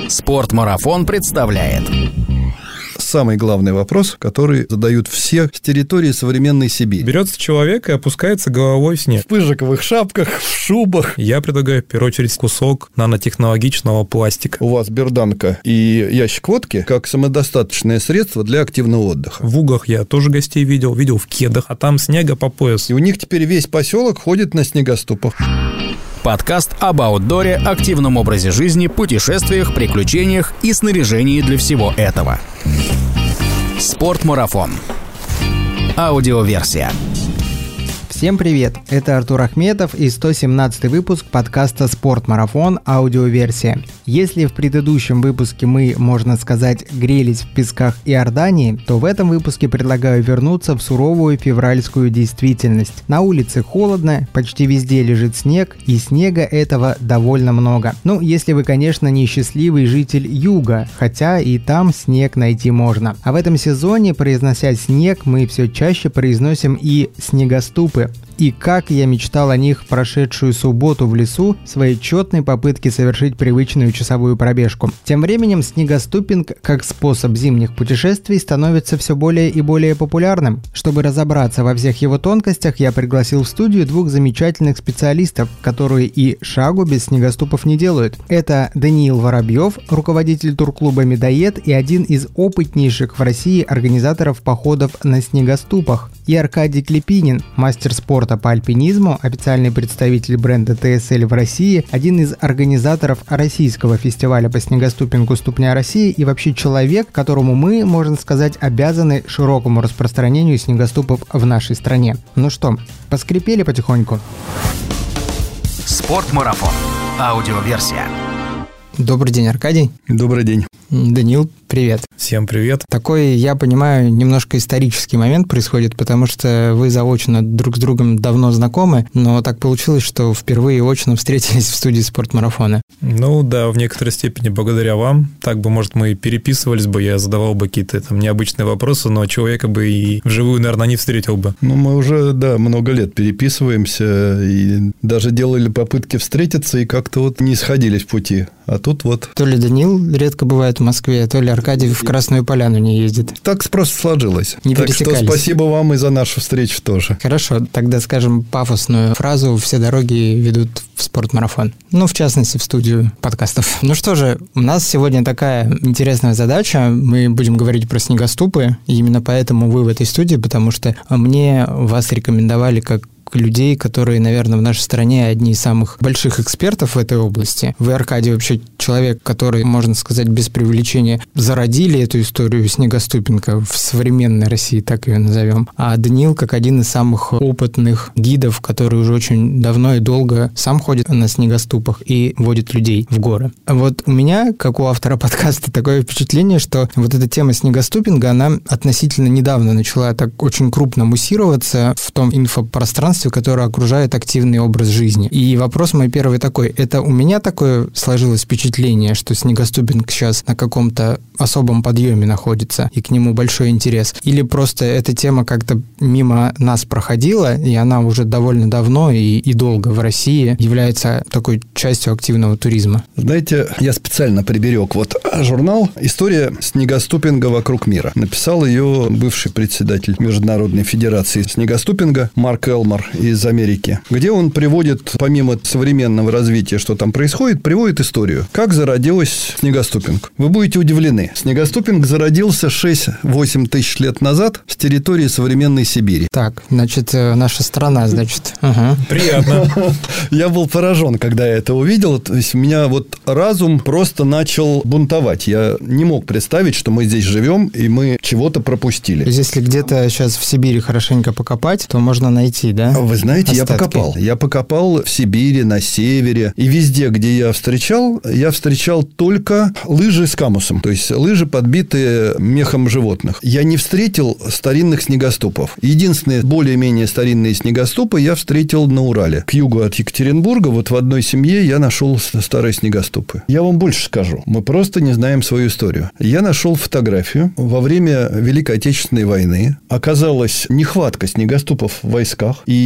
Спортмарафон представляет. Самый главный вопрос, который задают все с территории современной Сибири. Берется человек и опускается головой в снег. В пыжиковых шапках, в шубах. Я предлагаю, в первую очередь, кусок нанотехнологичного пластика. У вас берданка и ящик водки как самодостаточное средство для активного отдыха. В угах я тоже гостей видел в кедах, а там снега по пояс. И у них теперь весь поселок ходит на снегоступах. Подкаст об аутдоре, активном образе жизни, путешествиях, приключениях и снаряжении для всего этого. Спортмарафон. Аудиоверсия. Всем привет! Это Артур Ахметов и 117-й выпуск подкаста «Спортмарафон. Аудиоверсия». Если в предыдущем выпуске мы, можно сказать, грелись в песках Иордании, то в этом выпуске предлагаю вернуться в суровую февральскую действительность. На улице холодно, почти везде лежит снег, и снега этого довольно много. Ну, если вы, конечно, не счастливый житель юга, хотя и там снег найти можно. А в этом сезоне, произнося снег, мы все чаще произносим и снегоступы. И как я мечтал о них в прошедшую субботу в лесу в своей четной попытке совершить привычную часовую пробежку. Тем временем снегоступинг как способ зимних путешествий становится все более и более популярным. Чтобы разобраться во всех его тонкостях, я пригласил в студию двух замечательных специалистов, которые и шагу без снегоступов не делают. Это Даниил Воробьев, руководитель турклуба «Медоед» и один из опытнейших в России организаторов походов на снегоступах, и Аркадий Клепинин, мастер спорта по альпинизму, официальный представитель бренда ТСЛ в России, один из организаторов российского фестиваля по снегоступингу «Ступня России» и вообще человек, которому мы, можно сказать, обязаны широкому распространению снегоступов в нашей стране. Ну что, поскрипели потихоньку? Спортмарафон. Аудиоверсия. Добрый день, Аркадий. Добрый день. Даниил, привет. Всем привет. Такой, я понимаю, немножко исторический момент происходит, потому что вы заочно друг с другом давно знакомы, но так получилось, что впервые очно встретились в студии «Спортмарафона». Ну да, в некоторой степени благодаря вам. Так бы, может, мы переписывались бы, я задавал бы какие-то там необычные вопросы, но человека бы и вживую, наверное, не встретил бы. Ну, мы уже, много лет переписываемся и даже делали попытки встретиться и как-то вот не сходились в пути. А тут вот... То ли Даниил редко бывает в Москве, то ли Аркадий в Красную Поляну не ездит. Так просто сложилось. Не так что спасибо вам и за нашу встречу тоже. Хорошо, тогда скажем пафосную фразу «Все дороги ведут в спортмарафон». Ну, в частности, в студию подкастов. Ну что же, у нас сегодня такая интересная задача. Мы будем говорить про снегоступы, и именно поэтому вы в этой студии, потому что мне вас рекомендовали как людей, которые, наверное, в нашей стране одни из самых больших экспертов в этой области. Вы, Аркадий, вообще человек, который, можно сказать, без преувеличения зародили эту историю снегоступинга в современной России, так ее назовем. А Даниил как один из самых опытных гидов, который уже очень давно и долго сам ходит на снегоступах и водит людей в горы. Вот у меня, как у автора подкаста, такое впечатление, что вот эта тема снегоступинга, она относительно недавно начала так очень крупно муссироваться в том инфопространстве, которое окружает активный образ жизни. И вопрос мой первый такой. Это у меня такое сложилось впечатление, что снегоступинг сейчас на каком-то особом подъеме находится, и к нему большой интерес? Или просто эта тема как-то мимо нас проходила, и она уже довольно давно и долго в России является такой частью активного туризма? Знаете, я специально приберег журнал «История снегоступинга вокруг мира». Написал ее бывший председатель Международной федерации снегоступинга Марк Элмор из Америки, где он приводит, помимо современного развития, что там происходит, приводит историю, как зародилась снегоступинг. Вы будете удивлены. Снегоступинг зародился 6-8 тысяч лет назад с территории современной Сибири. Так, значит, наша страна, значит. Ага. Приятно. Я был поражен, когда я это увидел. То есть, у меня разум просто начал бунтовать. Я не мог представить, что мы здесь живем, и мы чего-то пропустили. То есть, если где-то сейчас в Сибири хорошенько покопать, то можно найти, да? Вы знаете, остатки. Я покопал в Сибири, на севере. И везде, где я встречал только лыжи с камусом. То есть, лыжи, подбитые мехом животных. Я не встретил старинных снегоступов. Единственные более-менее старинные снегоступы я встретил на Урале. К югу от Екатеринбурга, в одной семье я нашел старые снегоступы. Я вам больше скажу. Мы просто не знаем свою историю. Я нашел фотографию во время Великой Отечественной войны. Оказалась нехватка снегоступов в войсках. И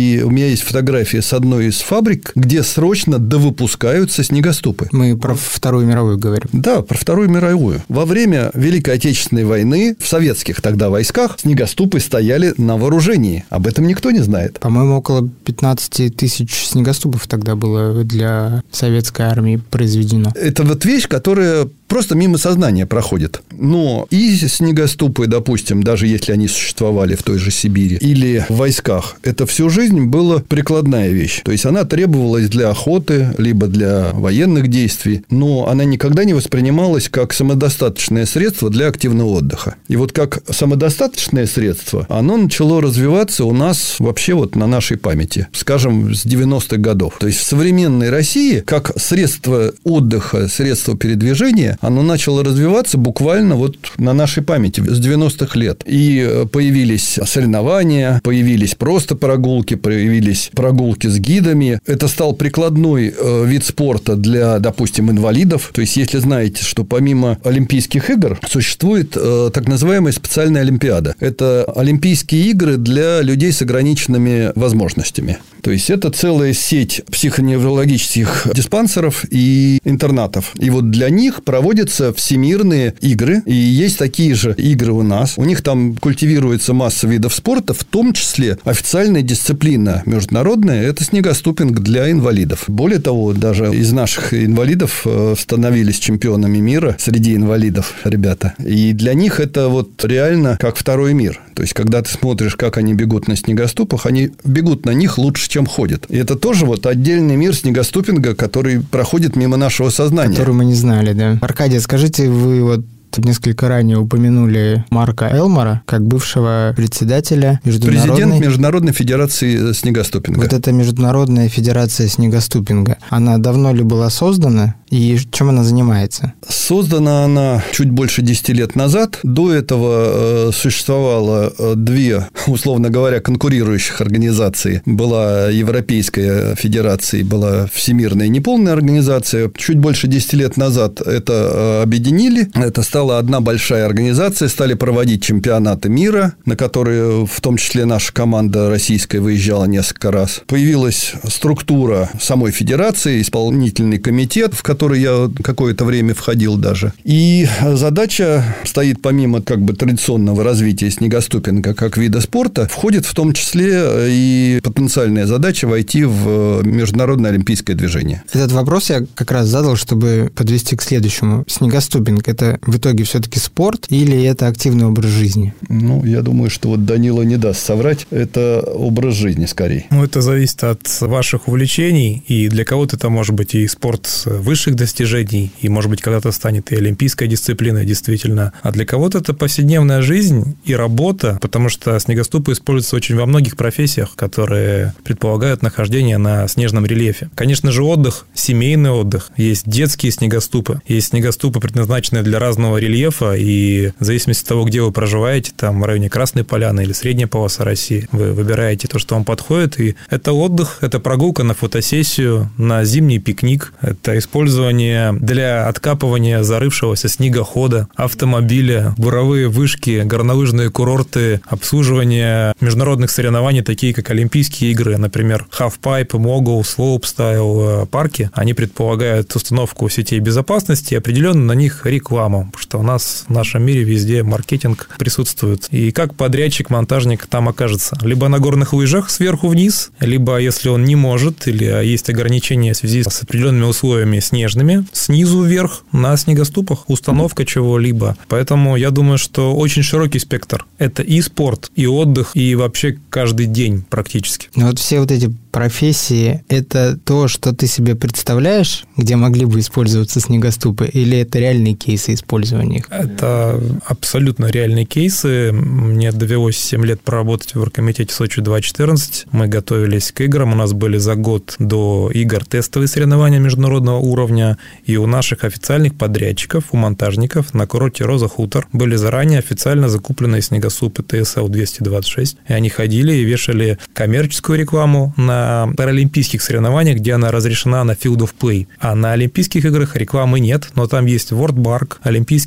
И у меня есть фотография с одной из фабрик, где срочно довыпускаются снегоступы. Мы про Вторую мировую говорим. Да, про Вторую мировую. Во время Великой Отечественной войны в советских тогда войсках снегоступы стояли на вооружении. Об этом никто не знает. По-моему, около 15 тысяч снегоступов тогда было для советской армии произведено. Это вот вещь, которая просто мимо сознания проходит. Но и снегоступы, допустим, даже если они существовали в той же Сибири или в войсках, это всю жизнь была прикладная вещь. То есть она требовалась для охоты, либо для военных действий, но она никогда не воспринималась как самодостаточное средство для активного отдыха. И вот как самодостаточное средство, оно начало развиваться у нас вообще вот на нашей памяти, скажем, с 90-х годов. То есть в современной России как средство отдыха, средство передвижения, оно начало развиваться буквально вот на нашей памяти с 90-х лет. И появились соревнования, появились просто прогулки, появились прогулки с гидами. Это стал прикладной вид спорта для, допустим, инвалидов. То есть, если знаете, что помимо Олимпийских игр существует так называемая специальная олимпиада. Это Олимпийские игры для людей с ограниченными возможностями. То есть, это целая сеть психоневрологических диспансеров и интернатов. И вот для них проводятся всемирные игры. И есть такие же игры у нас. У них там культивируется масса видов спорта, в том числе официальная дисциплина международная – это снегоступинг для инвалидов. Более того, даже из наших инвалидов становились чемпионами мира среди инвалидов ребята. И для них это вот реально как второй мир. То есть, когда ты смотришь, как они бегут на снегоступах, они бегут на них лучше, чем ходят. И это тоже вот отдельный мир снегоступинга, который проходит мимо нашего сознания. Который мы не знали, да. Аркадий, скажите, вы вот несколько ранее упомянули Марка Элмора как бывшего председателя Президент Международной Федерации снегоступинга. Вот эта Международная Федерация снегоступинга, она давно ли была создана и чем она занимается? Создана она чуть больше 10 лет назад. До этого существовало две, условно говоря, конкурирующих организации. Была Европейская Федерация, была Всемирная неполная организация. Чуть больше 10 лет назад это объединили. Это стало одна большая организация, стали проводить чемпионаты мира, на которые в том числе наша команда российская выезжала несколько раз. Появилась структура самой федерации, исполнительный комитет, в который я какое-то время входил даже. И задача стоит помимо как бы традиционного развития снегоступинга как вида спорта, входит в том числе и потенциальная задача войти в международное олимпийское движение. Этот вопрос я как раз задал, чтобы подвести к следующему. Снегоступинг – это в итоге все-таки спорт или это активный образ жизни? Ну, я думаю, что вот Данила не даст соврать. Это образ жизни скорее. Ну, это зависит от ваших увлечений, и для кого-то это может быть и спорт высших достижений, и, может быть, когда-то станет и олимпийская дисциплина, действительно. А для кого-то это повседневная жизнь и работа, потому что снегоступы используются очень во многих профессиях, которые предполагают нахождение на снежном рельефе. Конечно же, отдых, семейный отдых. Есть детские снегоступы, есть снегоступы, предназначенные для разного рельефа, и в зависимости от того, где вы проживаете, там в районе Красной Поляны или Средняя полоса России, вы выбираете то, что вам подходит, и это отдых, это прогулка на фотосессию, на зимний пикник, это использование для откапывания зарывшегося снегохода, автомобиля, буровые вышки, горнолыжные курорты, обслуживание международных соревнований, такие как Олимпийские игры, например, Halfpipe, Mogul, Slopestyle парки, они предполагают установку сетей безопасности и определенно на них рекламу, потому что у нас в нашем мире везде маркетинг присутствует. И как подрядчик, монтажник там окажется? Либо на горных лыжах сверху вниз, либо, если он не может, или есть ограничения в связи с определенными условиями снежными, снизу вверх на снегоступах, установка чего-либо. Поэтому я думаю, что очень широкий спектр. Это и спорт, и отдых, и вообще каждый день практически. Вот все вот эти профессии – это то, что ты себе представляешь, где могли бы использоваться снегоступы, или это реальные кейсы использования их? Это абсолютно реальные кейсы. Мне довелось 7 лет проработать в оргкомитете Сочи-2014. Мы готовились к играм. У нас были за год до игр тестовые соревнования международного уровня. И у наших официальных подрядчиков, у монтажников на курорте Роза Хутор были заранее официально закупленные снегоступы TSL-226. И они ходили и вешали коммерческую рекламу на паралимпийских соревнованиях, где она разрешена на Field of Play. А на Олимпийских играх рекламы нет, но там есть Вордбарк, Олимпийский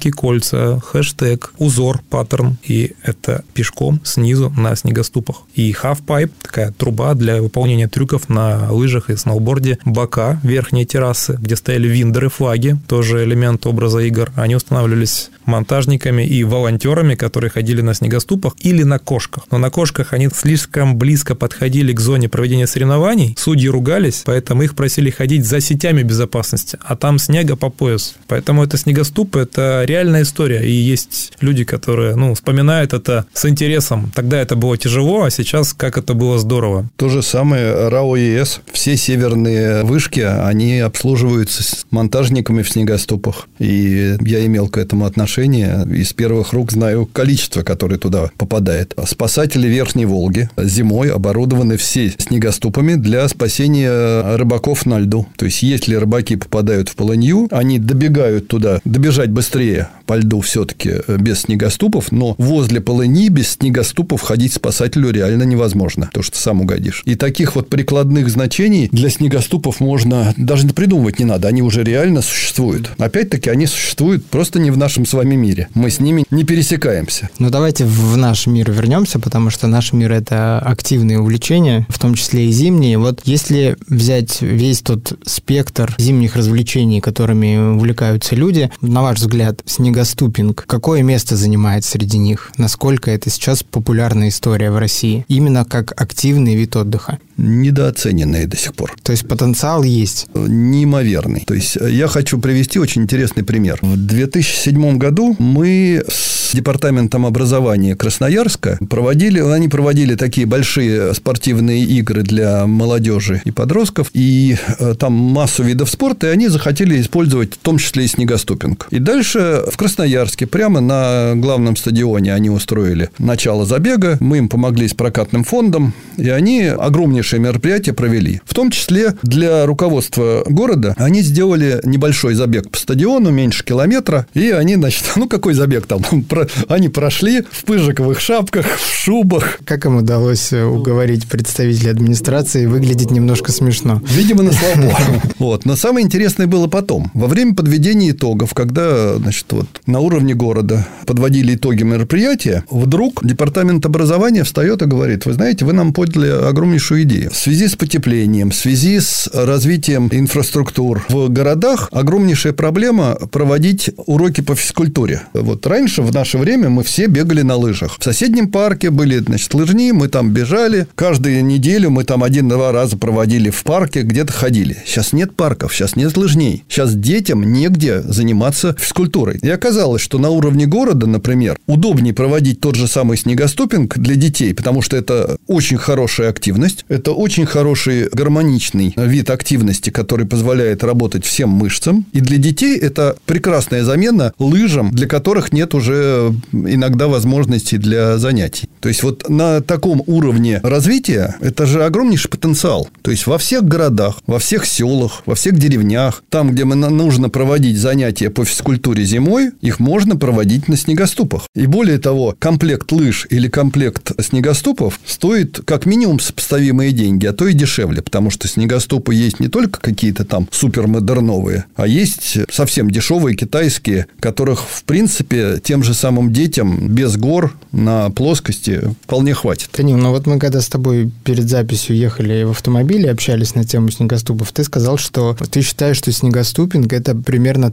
тематические кольца, хэштег, узор, паттерн, и это пешком снизу на снегоступах. И half-pipe, такая труба для выполнения трюков на лыжах и сноуборде, бока, верхние террасы, где стояли виндеры, флаги, тоже элемент образа игр, они устанавливались монтажниками и волонтерами, которые ходили на снегоступах или на кошках. Но на кошках они слишком близко подходили к зоне проведения соревнований, судьи ругались, поэтому их просили ходить за сетями безопасности, а там снега по пояс. Поэтому это снегоступы, это реальная история, и есть люди, которые, вспоминают это с интересом. Тогда это было тяжело, а сейчас как это было здорово. То же самое РАО ЕС. Все северные вышки, они обслуживаются с монтажниками в снегоступах, и я имел к этому отношение. Из первых рук знаю количество, которое туда попадает. Спасатели Верхней Волги зимой оборудованы все снегоступами для спасения рыбаков на льду. То есть, если рыбаки попадают в полынью, они добегают туда, добежать быстрее по льду все-таки без снегоступов, но возле полыни без снегоступов ходить спасателю реально невозможно, потому что сам угодишь. И таких вот прикладных значений для снегоступов можно даже придумывать не надо, они уже реально существуют. Опять-таки, они существуют просто не в нашем с вами мире. Мы с ними не пересекаемся. Давайте в наш мир вернемся, потому что наш мир – это активные увлечения, в том числе и зимние. Вот если взять весь тот спектр зимних развлечений, которыми увлекаются люди, на ваш взгляд, снегоступинг какое место занимает среди них? Насколько это сейчас популярная история в России? Именно как активный вид отдыха. Недооцененные до сих пор. То есть потенциал есть? Неимоверный. То есть я хочу привести очень интересный пример. В 2007 году мы с департаментом образования Красноярска они проводили такие большие спортивные игры для молодежи и подростков, и там массу видов спорта, и они захотели использовать в том числе и снегоступинг. И дальше в Красноярске прямо на главном стадионе они устроили начало забега, мы им помогли с прокатным фондом, и они огромнейшее мероприятие провели. В том числе для руководства города они сделали небольшой забег по стадиону, меньше километра, и они, какой забег там? Они прошли в пыжиковых шапках, в шубах. Как им удалось уговорить представителей администрации выглядеть немножко смешно? Видимо, на слабо. Но самое интересное было потом. Во время подведения итогов, когда, на уровне города подводили итоги мероприятия, вдруг департамент образования встает и говорит: вы знаете, вы нам подали огромнейшую идею. В связи с потеплением, в связи с развитием инфраструктур в городах огромнейшая проблема проводить уроки по физкультуре. Раньше, в наше время, мы все бегали на лыжах. В соседнем парке были, лыжни, мы там бежали. Каждую неделю мы там 1-2 раза проводили в парке, где-то ходили. Сейчас нет парков, сейчас нет лыжней. Сейчас детям негде заниматься физкультурой. И оказалось, что на уровне города, например, удобнее проводить тот же самый снегоступинг для детей, потому что это очень хорошая активность, это очень хороший гармоничный вид активности, который позволяет работать всем мышцам. И для детей это прекрасная замена лыжам, для которых нет уже иногда возможностей для занятий. То есть на таком уровне развития это же огромнейший потенциал. То есть во всех городах, во всех селах, во всех деревнях, там, где нужно проводить занятия по физкультуре зимой, их можно проводить на снегоступах. И более того, комплект лыж или комплект снегоступов стоит как минимум сопоставимые деньги, а то и дешевле, потому что снегоступы есть не только какие-то там супермодерновые, а есть совсем дешевые китайские, которых, в принципе, тем же самым детям без гор на плоскости вполне хватит. Таним, мы когда с тобой перед записью ехали в автомобиле, общались на тему снегоступов, ты сказал, что ты считаешь, что снегоступинг – это примерно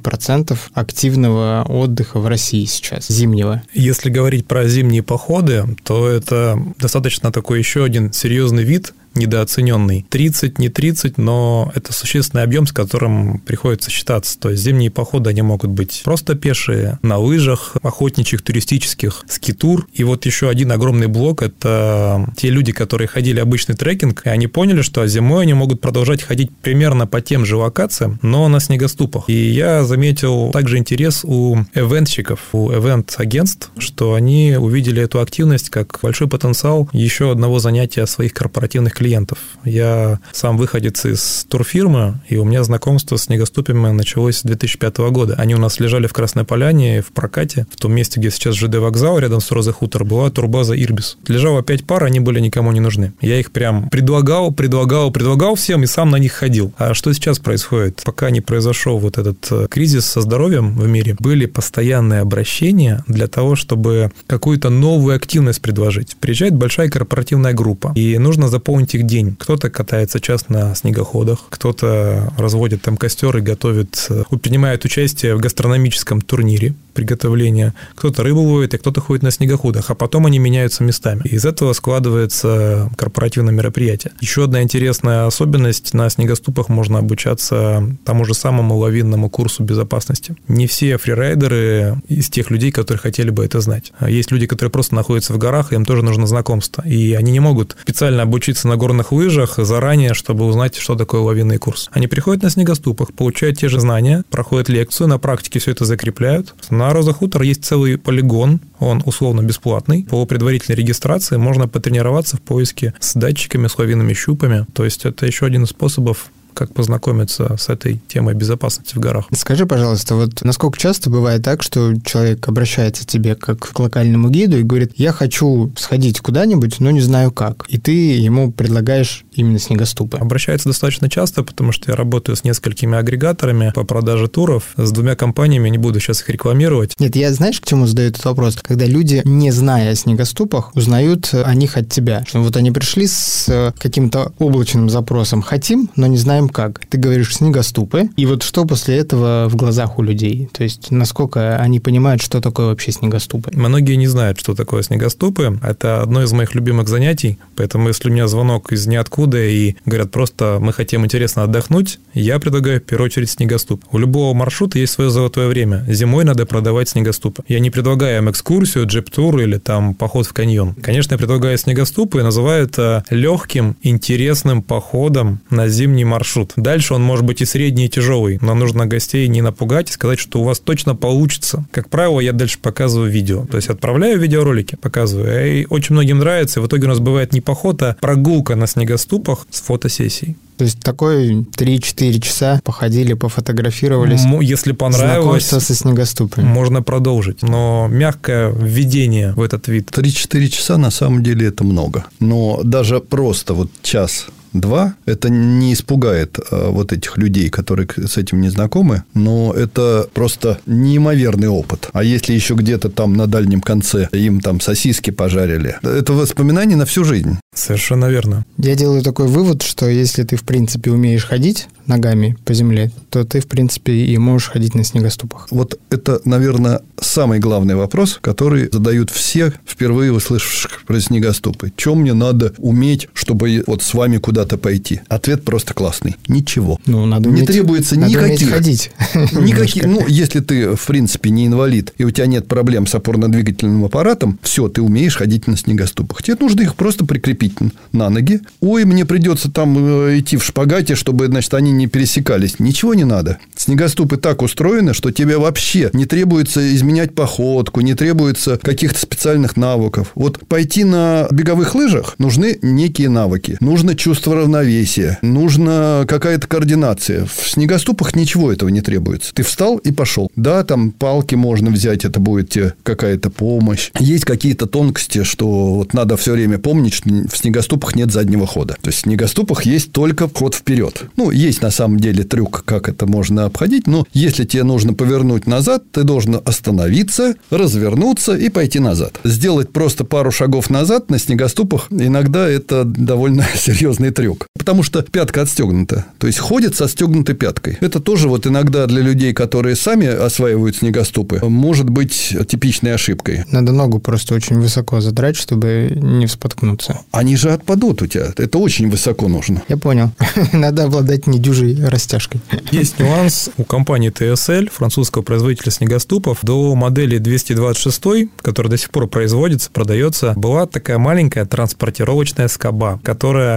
30% активного отдыха в России сейчас, зимнего. Если говорить про зимние походы, то это достаточно такой еще один серьезный вид, недооцененный. 30, не 30, но это существенный объем, с которым приходится считаться. То есть зимние походы, они могут быть просто пешие, на лыжах, охотничьих, туристических, скитур. И еще один огромный блок – это те люди, которые ходили обычный трекинг, и они поняли, что зимой они могут продолжать ходить примерно по тем же локациям, но на снегоступах. И я заметил также интерес у эвентщиков, у эвент-агентств, что они увидели эту активность как большой потенциал еще одного занятия своих корпоративных клиентов. клиентов. Я сам выходец из турфирмы, и у меня знакомство с снегоступами началось с 2005 года. Они у нас лежали в Красной Поляне, в прокате, в том месте, где сейчас ЖД вокзал, рядом с Розой Хутор, была турбаза «Ирбис». Лежало 5 пар, они были никому не нужны. Я их прям предлагал всем и сам на них ходил. А что сейчас происходит? Пока не произошел вот этот кризис со здоровьем в мире, были постоянные обращения для того, чтобы какую-то новую активность предложить. Приезжает большая корпоративная группа, и нужно заполнить их день. Кто-то катается час на снегоходах, кто-то разводит там костер и готовит, принимает участие в гастрономическом турнире приготовления, кто-то рыбу ловит, и кто-то ходит на снегоходах, а потом они меняются местами. И из этого складывается корпоративное мероприятие. Еще одна интересная особенность: на снегоступах можно обучаться тому же самому лавинному курсу безопасности. Не все фрирайдеры из тех людей, которые хотели бы это знать. Есть люди, которые просто находятся в горах, и им тоже нужно знакомство. И они не могут специально обучиться на горных лыжах заранее, чтобы узнать, что такое лавинный курс. Они приходят на снегоступах, получают те же знания, проходят лекцию, на практике все это закрепляют. На Роза Хутор есть целый полигон, он условно бесплатный. По предварительной регистрации можно потренироваться в поиске с датчиками, с лавинными щупами. То есть это еще один из способов, как познакомиться с этой темой безопасности в горах. Скажи, пожалуйста, вот насколько часто бывает так, что человек обращается к тебе как к локальному гиду и говорит: я хочу сходить куда-нибудь, но не знаю как, и ты ему предлагаешь именно снегоступы? Обращается достаточно часто, потому что я работаю с несколькими агрегаторами по продаже туров, с 2 компаниями, не буду сейчас их рекламировать. Нет, я знаешь, к чему задаю этот вопрос? Когда люди, не зная о снегоступах, узнают о них от тебя. Что вот они пришли с каким-то облачным запросом: хотим, но не знаем как. Ты говоришь снегоступы, и вот что после этого в глазах у людей? То есть насколько они понимают, что такое вообще снегоступы? Многие не знают, что такое снегоступы. Это одно из моих любимых занятий, поэтому если у меня звонок из ниоткуда и говорят просто: мы хотим интересно отдохнуть, я предлагаю в первую очередь снегоступ. У любого маршрута есть свое золотое время. Зимой надо продавать снегоступы. Я не предлагаю им экскурсию, джип-тур или там поход в каньон. Конечно, я предлагаю снегоступы и называю это легким, интересным походом на зимний маршрут. Дальше он может быть и средний, и тяжелый, но нужно гостей не напугать и сказать, что у вас точно получится. Как правило, я дальше показываю видео. То есть отправляю видеоролики, показываю. И очень многим нравится. И в итоге у нас бывает не поход, а прогулка на снегоступах с фотосессией. То есть такой 3-4 часа походили, пофотографировались. Если понравилось, знакомство со снегоступами. Можно продолжить. Но мягкое введение в этот вид. 3-4 часа на самом деле это много. Но даже просто вот час-два это не испугает вот этих людей, которые с этим не знакомы, но это просто неимоверный опыт. А если еще где-то там на дальнем конце им там сосиски пожарили, это воспоминание на всю жизнь. Совершенно верно. Я делаю такой вывод, что если ты, в принципе, умеешь ходить ногами по земле, то ты, в принципе, и можешь ходить на снегоступах. Вот это, наверное, самый главный вопрос, который задают все, впервые услышавшие про снегоступы. Что мне надо уметь, чтобы вот с вами куда-то пойти? Ответ просто классный. Ничего. Надо не требуется никаких. Ходить. Никаких. Если ты, в принципе, не инвалид, и у тебя нет проблем с опорно-двигательным аппаратом, все, ты умеешь ходить на снегоступах. Тебе нужно их просто прикрепить на ноги. Ой, мне придется там идти в шпагате, чтобы, значит, они не пересекались. Ничего не надо. Снегоступы так устроены, что тебе вообще не требуется изменять походку, не требуется каких-то специальных навыков. Вот пойти на беговых лыжах нужны некие навыки. Нужно чувство равновесия. Нужна какая-то координация. В снегоступах ничего этого не требуется. Ты встал и пошел. Да, там палки можно взять, это будет тебе какая-то помощь. Есть какие-то тонкости, что вот надо все время помнить, что в снегоступах нет заднего хода. То есть в снегоступах есть только ход вперед. Есть на самом деле трюк, как это можно обходить, но если тебе нужно повернуть назад, ты должен остановиться, развернуться и пойти назад. Сделать просто пару шагов назад на снегоступах иногда это довольно серьезный трюк. Потому что пятка отстегнута. То есть ходит со отстегнутой пяткой. Это тоже вот иногда для людей, которые сами осваивают снегоступы, может быть типичной ошибкой. Надо ногу просто очень высоко задрать, чтобы не споткнуться. Они же отпадут у тебя. Это очень высоко нужно. Я понял. Надо обладать недюжей растяжкой. Есть нюанс. У компании TSL, французского производителя снегоступов, до модели 226, которая до сих пор производится, продается, была такая маленькая транспортировочная скоба, которая позволяла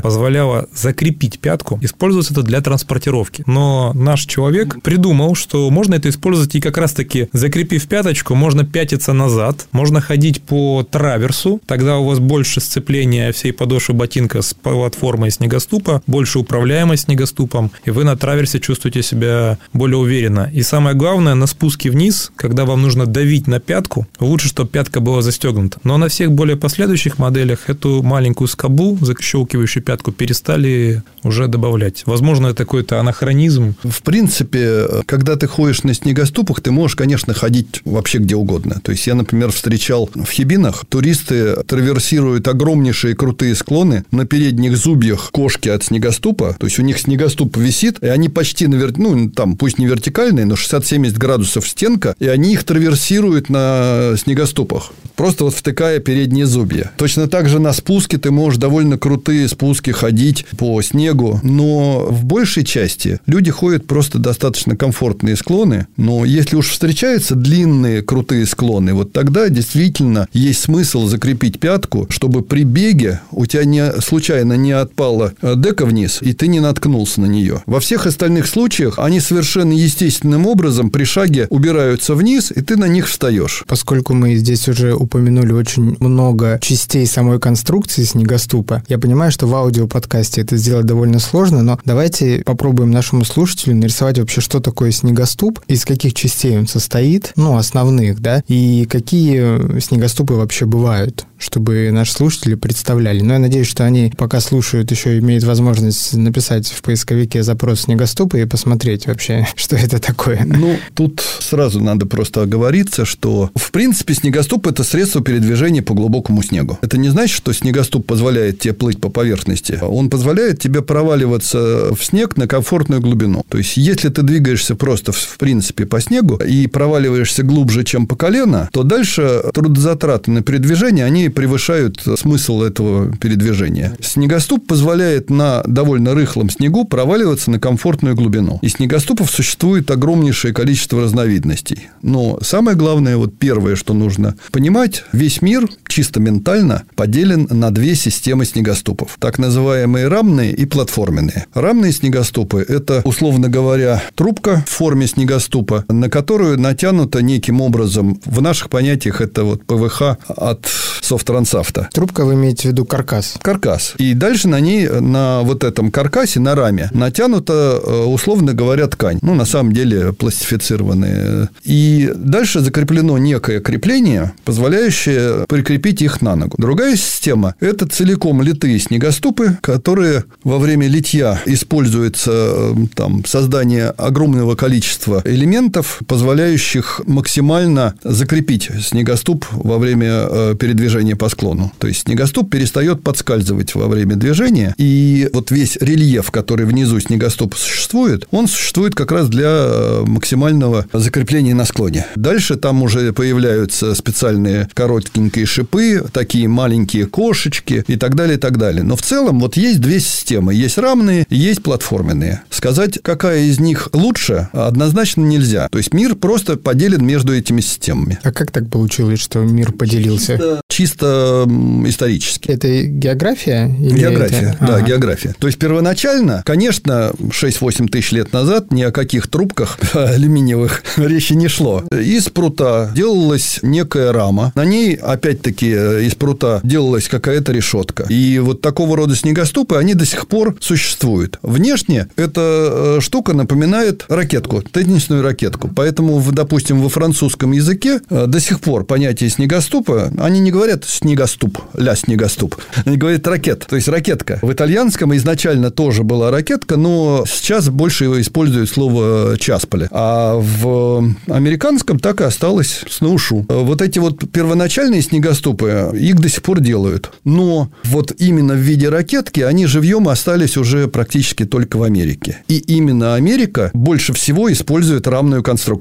право закрепить пятку, используется это для транспортировки. Но наш человек придумал, что можно это использовать и как раз-таки, закрепив пяточку, можно пятиться назад, можно ходить по траверсу, тогда у вас больше сцепления всей подошвы ботинка с платформой снегоступа, больше управляемость снегоступом, и вы на траверсе чувствуете себя более уверенно. И самое главное, на спуске вниз, когда вам нужно давить на пятку, лучше, чтобы пятка была застегнута. Но на всех более последующих моделях эту маленькую скобу, защелкивающую пятку, перестали уже добавлять. Возможно, это какой-то анахронизм. В принципе, когда ты ходишь на снегоступах, ты можешь, конечно, ходить вообще где угодно. То есть, я, например, встречал в Хибинах, туристы траверсируют огромнейшие крутые склоны на передних зубьях кошки от снегоступа. То есть, у них снегоступ висит, и они почти, там, пусть не вертикальные, но 60-70 градусов стенка, и они их траверсируют на снегоступах, просто вот втыкая передние зубья. Точно так же на спуске ты можешь довольно крутые спуски ходить по снегу, но в большей части люди ходят просто достаточно комфортные склоны, но если уж встречаются длинные крутые склоны, вот тогда действительно есть смысл закрепить пятку, чтобы при беге у тебя случайно не отпала дека вниз, и ты не наткнулся на нее. Во всех остальных случаях они совершенно естественным образом при шаге убираются вниз, и ты на них встаешь. Поскольку мы здесь уже упомянули очень много частей самой конструкции снегоступа, я понимаю, что в аудиоподкасте это сделать довольно сложно, но давайте попробуем нашему слушателю нарисовать вообще, что такое снегоступ, из каких частей он состоит, основных, да, и какие снегоступы вообще бывают, чтобы наши слушатели представляли. Но я надеюсь, что они, пока слушают, еще имеют возможность написать в поисковике запрос снегоступы и посмотреть вообще, что это такое. Тут сразу надо просто оговориться, что, в принципе, снегоступ – это средство передвижения по глубокому снегу. Это не значит, что снегоступ позволяет тебе плыть по поверхности. Он позволяет тебе проваливаться в снег на комфортную глубину. То есть, если ты двигаешься просто, в принципе, по снегу и проваливаешься глубже, чем по колено, то дальше трудозатраты на передвижение, они превышают смысл этого передвижения. Снегоступ позволяет на довольно рыхлом снегу проваливаться на комфортную глубину. И снегоступов существует огромнейшее количество разновидностей. Но самое главное, первое, что нужно понимать, весь мир чисто ментально поделен на две системы снегоступов. Так называемые рамные и платформенные. Рамные снегоступы – это, условно говоря, трубка в форме снегоступа, на которую натянуто неким образом, в наших понятиях, это ПВХ от Софтрансафта. Трубка, вы имеете в виду каркас? Каркас. И дальше на ней, на этом каркасе, на раме, натянута, условно говоря, ткань. На самом деле, пластифицированная. И дальше закреплено некое крепление, позволяющее прикрепить их на ногу. Другая система – это целиком литые снегоступы, которые во время литья используется создание огромного количества элементов, позволяющих максимально закрепить снегоступ во время передвижения по склону. То есть, снегоступ перестает подскальзывать во время движения, и весь рельеф, который внизу снегоступа существует, он существует как раз для максимального закрепления на склоне. Дальше там уже появляются специальные коротенькие шипы, такие маленькие кошечки и так далее, и так далее. Но в целом есть две системы. Есть рамные, есть платформенные. Сказать, какая из них лучше, однозначно нельзя. То есть, мир просто поделен между этими системами. А как так получилось, что мир поделился? Чисто исторически. Это география? География, да, география. То есть, первоначально, конечно, 6-8 тысяч лет назад ни о каких трубках алюминиевых речи не шло. Из прута делалась некая рама. На ней, опять-таки, из прута делалась какая-то решетка. И такого рода снегоступы, они до сих пор существуют. Внешне эта штука напоминает ракетку, теннисную ракетку. Поэтому, допустим, во французском языке до сих пор понятие снегоступа, они не говорят снегоступ, снегоступ. Они говорят ракет, то есть ракетка. В итальянском изначально тоже была ракетка, но сейчас больше используют слово часпале. А в американском так и осталось сноушу. Эти первоначальные снегоступы, их до сих пор делают. Но именно в виде ракетки они живьем остались уже практически только в Америке. И именно Америка больше всего использует рамную конструкцию.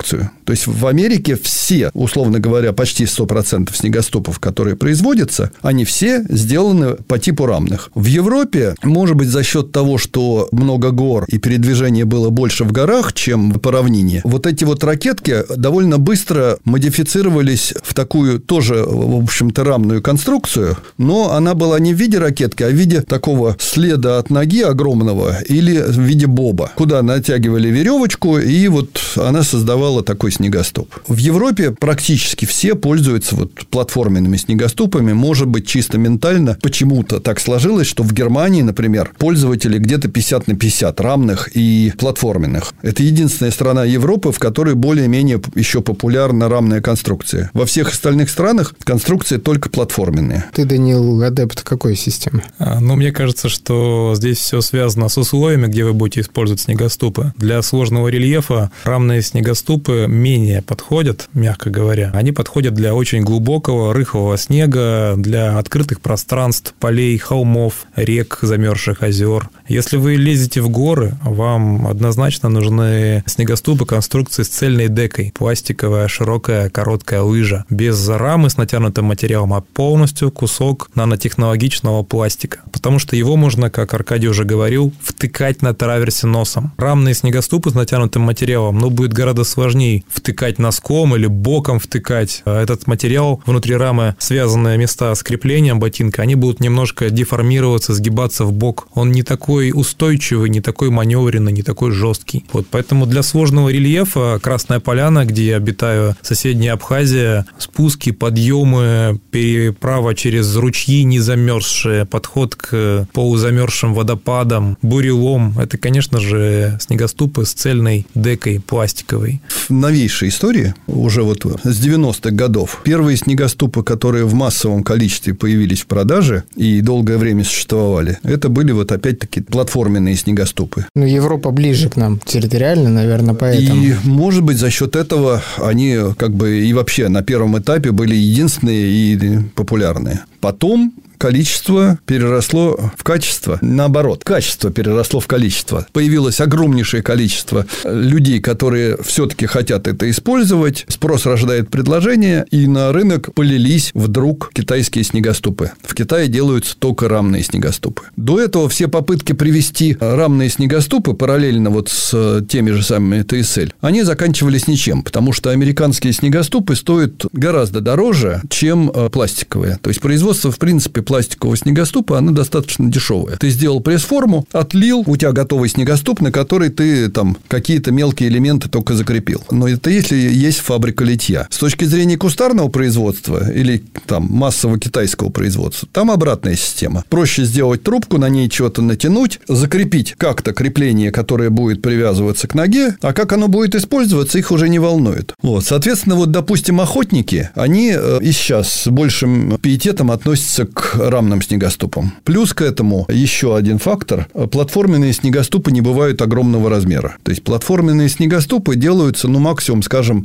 То есть в Америке все, условно говоря, почти 100% снегоступов, которые производятся, они все сделаны по типу рамных. В Европе, может быть, за счет того, что много гор и передвижение было больше в горах, чем по равнине, вот эти вот ракетки довольно быстро модифицировались в такую тоже, в общем-то, рамную конструкцию, но она была не в виде ракетки, а в виде такого следа от ноги огромного или в виде боба, куда натягивали веревочку, и вот она создавала такой снегоступ. В Европе практически все пользуются вот платформенными снегоступами. Может быть, чисто ментально почему-то так сложилось, что в Германии, например, пользователи где-то 50/50 рамных и платформенных. Это единственная страна Европы, в которой более-менее еще популярна рамная конструкция. Во всех остальных странах конструкции только платформенные. Ты, Данил, адепт какой системы? Мне кажется, что здесь все связано с условиями, где вы будете использовать снегоступы. Для сложного рельефа рамные снегоступы менее подходят, мягко говоря. Они подходят для очень глубокого, рыхлого снега, для открытых пространств, полей, холмов, рек, замерзших озер. Если вы лезете в горы, вам однозначно нужны снегоступы конструкции с цельной декой. Пластиковая, широкая, короткая лыжа. Без рамы с натянутым материалом, а полностью кусок нанотехнологичного пластика. Потому что его можно, как Аркадий уже говорил, втыкать на траверсе носом. Рамные снегоступы с натянутым материалом, будет гораздо сложнее втыкать носком или боком втыкать. Этот материал внутри рамы, связанные места с креплением ботинка, они будут немножко деформироваться, сгибаться в бок. Он не такой устойчивый, не такой маневренный, не такой жесткий. Поэтому для сложного рельефа Красная Поляна, где я обитаю, соседняя Абхазия, спуски, подъемы, переправа через ручьи не замерзшие, подход к полузамерзшим водопадам, бурелом, это, конечно же, снегоступы с цельной декой пластиковой. В новейшей истории, уже вот с 90-х годов, первые снегоступы, которые в массовом количестве появились в продаже и долгое время существовали, это были вот опять-таки платформенные снегоступы. Европа ближе к нам территориально, наверное, поэтому. И, может быть, за счет этого они как бы и вообще на первом этапе были единственные и популярные. Потом количество переросло в качество. Наоборот, качество переросло в количество. Появилось огромнейшее количество людей, которые все-таки хотят это использовать. Спрос рождает предложение, и на рынок полились вдруг китайские снегоступы. В Китае делаются только рамные снегоступы. До этого все попытки привести рамные снегоступы параллельно вот с теми же самыми TSL, они заканчивались ничем, потому что американские снегоступы стоят гораздо дороже, чем пластиковые. То есть производство, в принципе, пластикового снегоступа, оно достаточно дешевое. Ты сделал пресс-форму, отлил, у тебя готовый снегоступ, на который ты там какие-то мелкие элементы только закрепил. Но это если есть фабрика литья. С точки зрения кустарного производства или там массового китайского производства, там обратная система. Проще сделать трубку, на ней чего-то натянуть, закрепить как-то крепление, которое будет привязываться к ноге, а как оно будет использоваться, их уже не волнует. Соответственно, допустим, охотники, они и сейчас с большим пиететом относятся к рамным снегоступам. Плюс к этому еще один фактор. Платформенные снегоступы не бывают огромного размера. То есть платформенные снегоступы делаются, максимум, скажем,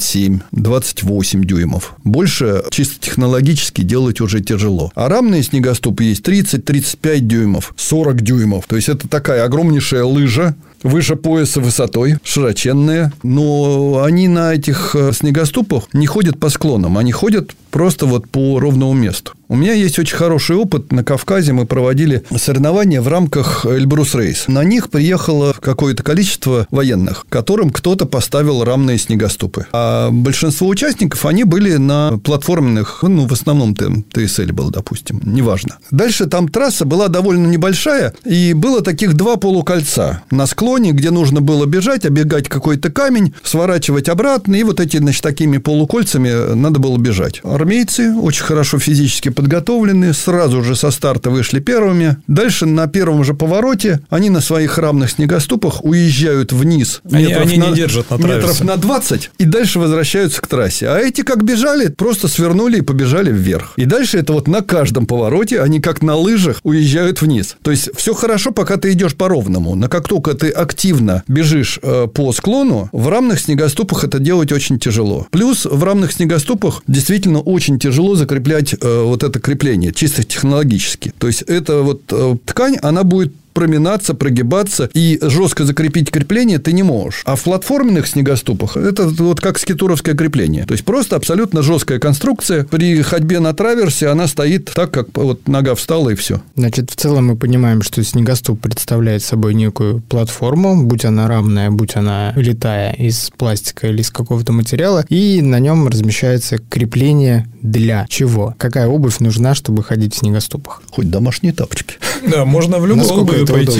27-28 дюймов. Больше чисто технологически делать уже тяжело. А рамные снегоступы есть 30-35 дюймов, 40 дюймов. То есть это такая огромнейшая лыжа, выше пояса высотой, широченные. Но они на этих снегоступах не ходят по склонам, они ходят просто по ровному месту. У меня есть очень хороший опыт. На Кавказе мы проводили соревнования в рамках Эльбрус Рейс. На них приехало какое-то количество военных, которым кто-то поставил рамные снегоступы. А большинство участников, они были на платформенных, в основном TSL был, допустим, неважно. Дальше там трасса была довольно небольшая, и было таких 2 полукольца на склоне, где нужно было бежать, оббегать какой-то камень, сворачивать обратно, и эти, такими полукольцами надо было бежать. Армейцы, очень хорошо физически подготовленные, сразу же со старта вышли первыми. Дальше на первом же повороте они на своих рамных снегоступах уезжают вниз они не держат на траверсе. Метров на 20 и дальше возвращаются к трассе. А эти как бежали, просто свернули и побежали вверх. И дальше это на каждом повороте они как на лыжах уезжают вниз. То есть все хорошо, пока ты идешь по ровному. Но как только ты активно бежишь по склону, в рамных снегоступах это делать очень тяжело. Плюс в рамных снегоступах действительно очень тяжело закреплять это крепление, чисто технологически. То есть, эта ткань, она будет проминаться, прогибаться, и жестко закрепить крепление ты не можешь. А в платформенных снегоступах это вот как скитуровское крепление. То есть просто абсолютно жесткая конструкция. При ходьбе на траверсе она стоит так, как вот нога встала, и все. Значит, в целом мы понимаем, что снегоступ представляет собой некую платформу, будь она рамная, будь она литая, из пластика или из какого-то материала, и на нем размещается крепление для чего? Какая обувь нужна, чтобы ходить в снегоступах? Хоть домашние тапочки. Да, можно в любую обувь пойти.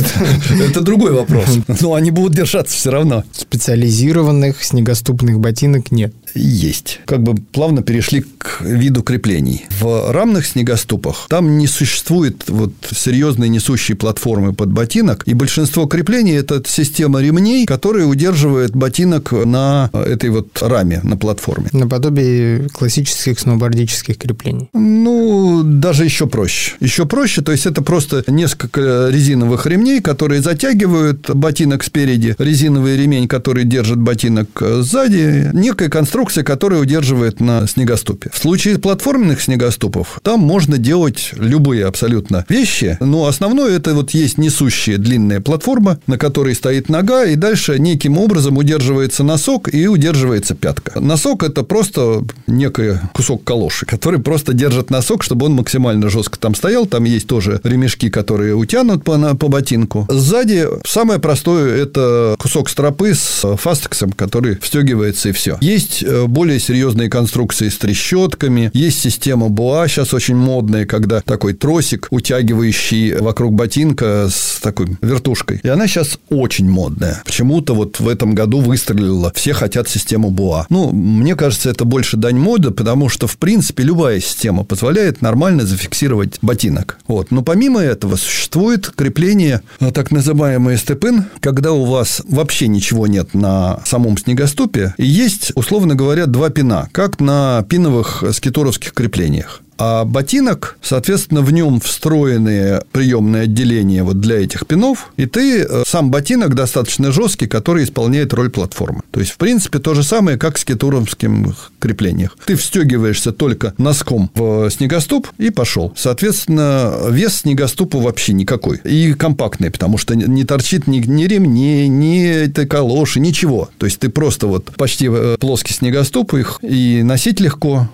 Это другой вопрос. Но они будут держаться все равно. Специализированных снегоступных ботинок нет. Есть. Как бы плавно перешли к виду креплений. В рамных снегоступах там не существует вот серьезной несущей платформы под ботинок, и большинство креплений – это система ремней, которая удерживает ботинок на этой вот раме, на платформе. Наподобие классических сноубордических креплений. Ну, даже еще проще. Еще проще, то есть это просто несколько резиновых ремней, которые затягивают ботинок спереди, резиновый ремень, который держит ботинок сзади, некая конструкция, которая удерживает на снегоступе. В случае платформенных снегоступов там можно делать любые абсолютно вещи, но основное это вот есть несущая длинная платформа, на которой стоит нога, и дальше неким образом удерживается носок и удерживается пятка. Носок – это просто некий кусок калоши, который просто держит носок, чтобы он максимально жестко там стоял. Там есть тоже ремешки, которые утянут по ботинку. Сзади самое простое – это кусок стропы с фастексом, который встегивается, и все. Есть более серьезные конструкции с трещотками, есть система буа, сейчас очень модная, когда такой тросик, утягивающий вокруг ботинка с такой вертушкой. И она сейчас очень модная. Почему-то вот в этом году выстрелила. Все хотят систему буа. Ну, мне кажется, это больше дань моды, потому что, в принципе, любая система позволяет нормально зафиксировать ботинок. Вот. Но помимо этого существует крепление, так называемое степ-ин, когда у вас вообще ничего нет на самом снегоступе, и есть, условно говоря, два пина, как на пиновых скитуровских креплениях. А ботинок, соответственно, в нем встроенные приемные отделения вот для этих пинов, и ты сам ботинок достаточно жесткий, который исполняет роль платформы. То есть, в принципе, то же самое, как в скитуровских креплениях. Ты встегиваешься только носком в снегоступ и пошел. Соответственно, вес снегоступа вообще никакой. И компактный, потому что не торчит ни ремней, ни калоши, ничего. То есть, ты просто вот почти плоский снегоступ, их и носить легко,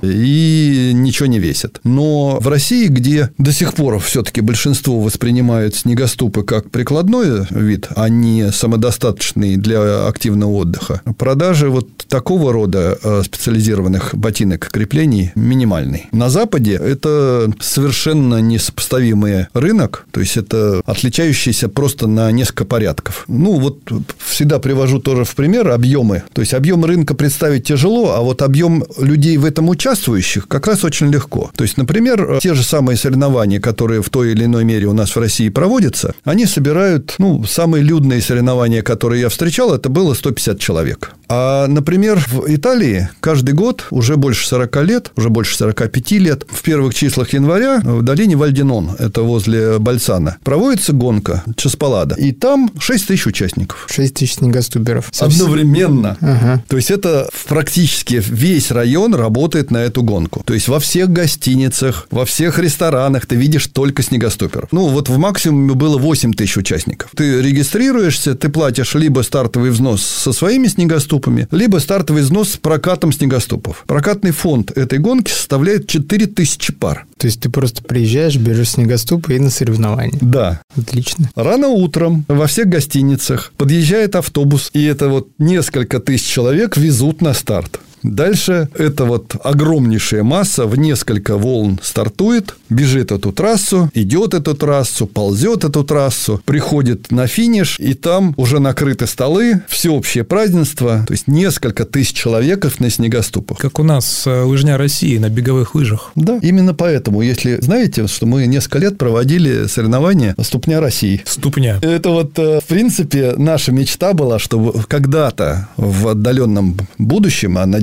и ничего не весит. Но в России, где до сих пор все-таки большинство воспринимают снегоступы как прикладной вид, а не самодостаточный для активного отдыха, продажи вот такого рода специализированных ботинок и креплений минимальный. На Западе это совершенно несопоставимый рынок, то есть это отличающийся просто на несколько порядков. Ну, вот всегда привожу тоже в пример объемы. То есть объем рынка представить тяжело, а вот объем людей в этом участвующих как раз очень легко. То есть, например, те же самые соревнования, которые в той или иной мере у нас в России проводятся, они собирают, самые людные соревнования, которые я встречал, это было 150 человек. А, например, в Италии каждый год, уже больше 40 лет, уже больше 45 лет, в первых числах января в долине Вальдинон, это возле Больцано, проводится гонка Часпалада. И там 6 тысяч участников. 6 тысяч снегоступеров. Одновременно. Ага. То есть, это практически весь район работает на эту гонку. То есть, во всех гостиницах, во всех ресторанах ты видишь только снегоступеров. Вот в максимуме было 8 тысяч участников. Ты регистрируешься, ты платишь либо стартовый взнос со своими снегоступами, либо стартовый взнос с прокатом снегоступов. Прокатный фонд этой гонки составляет 4000 пар. То есть, ты просто приезжаешь, берешь снегоступы и на соревнования. Да. Отлично. Рано утром во всех гостиницах подъезжает автобус, и это вот несколько тысяч человек везут на старт. Дальше это вот огромнейшая масса в несколько волн стартует, бежит эту трассу, идет эту трассу, ползет эту трассу, приходит на финиш, и там уже накрыты столы, всеобщее празднество, то есть несколько тысяч человек на снегоступах. Как у нас лыжня России на беговых лыжах. Да, именно поэтому, если знаете, что мы несколько лет проводили соревнования «Ступня России». Ступня. Это вот, в принципе, наша мечта была, чтобы когда-то в отдаленном будущем, а надеюсь,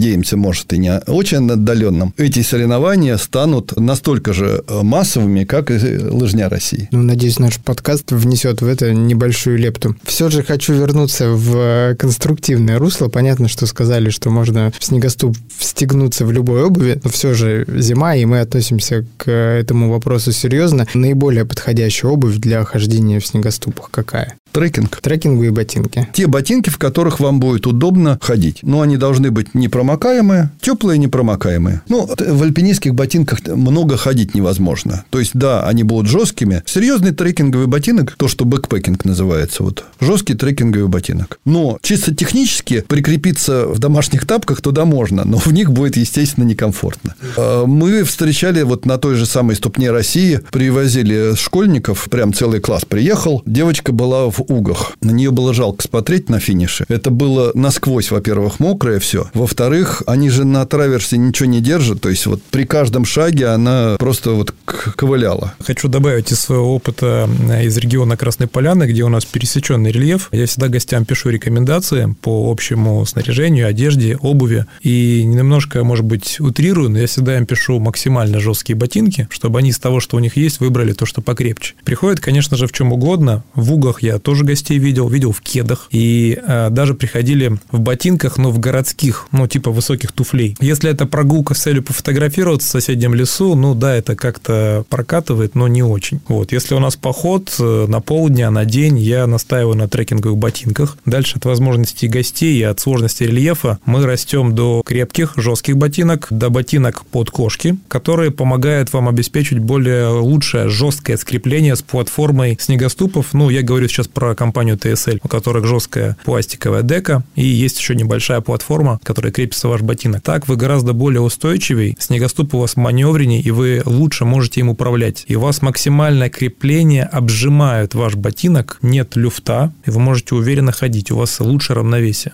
надеемся, может, и не очень отдаленном, эти соревнования станут настолько же массовыми, как и лыжня России. Надеюсь, наш подкаст внесет в это небольшую лепту. Все же хочу вернуться в конструктивное русло. Понятно, что сказали, что можно в снегоступ встегнуться в любой обуви, но все же зима, и мы относимся к этому вопросу серьезно. Наиболее подходящая обувь для хождения в снегоступах какая? Трекинг. Трекинговые ботинки. Те ботинки, в которых вам будет удобно ходить. Но они должны быть непромокаемые, теплые, непромокаемые. В альпинистских ботинках много ходить невозможно. То есть, да, они будут жесткими. Серьезный трекинговый ботинок, то, что бэкпекинг называется, жесткий трекинговый ботинок. Но чисто технически прикрепиться в домашних тапках туда можно, но в них будет, естественно, некомфортно. Мы встречали на той же самой ступне России, привозили школьников, прям целый класс приехал, девочка была в угах. На нее было жалко смотреть на финише. Это было насквозь, во-первых, мокрое все. Во-вторых, они же на траверсе ничего не держат. То есть, при каждом шаге она просто ковыляла. Хочу добавить из своего опыта из региона Красной Поляны, где у нас пересеченный рельеф. Я всегда гостям пишу рекомендации по общему снаряжению, одежде, обуви. И немножко, может быть, утрирую, но я всегда им пишу максимально жесткие ботинки, чтобы они из того, что у них есть, выбрали то, что покрепче. Приходят, конечно же, в чем угодно. В угах я тоже гостей видел в кедах. И даже приходили в ботинках, но в городских, типа высоких туфлей. Если это прогулка с целью пофотографироваться в соседнем лесу, да, это как-то прокатывает, но не очень. Если у нас поход на полдня, на день, я настаиваю на трекинговых ботинках. Дальше от возможностей гостей и от сложности рельефа мы растем до крепких, жестких ботинок, до ботинок под кошки, которые помогают вам обеспечить более лучшее жесткое скрепление с платформой снегоступов. Я говорю сейчас про компанию TSL, у которых жесткая пластиковая дека, и есть еще небольшая платформа, которая крепится в ваш ботинок. Так вы гораздо более устойчивый, снегоступ у вас маневренней, и вы лучше можете им управлять. И у вас максимальное крепление обжимает ваш ботинок, нет люфта, и вы можете уверенно ходить, у вас лучше равновесие.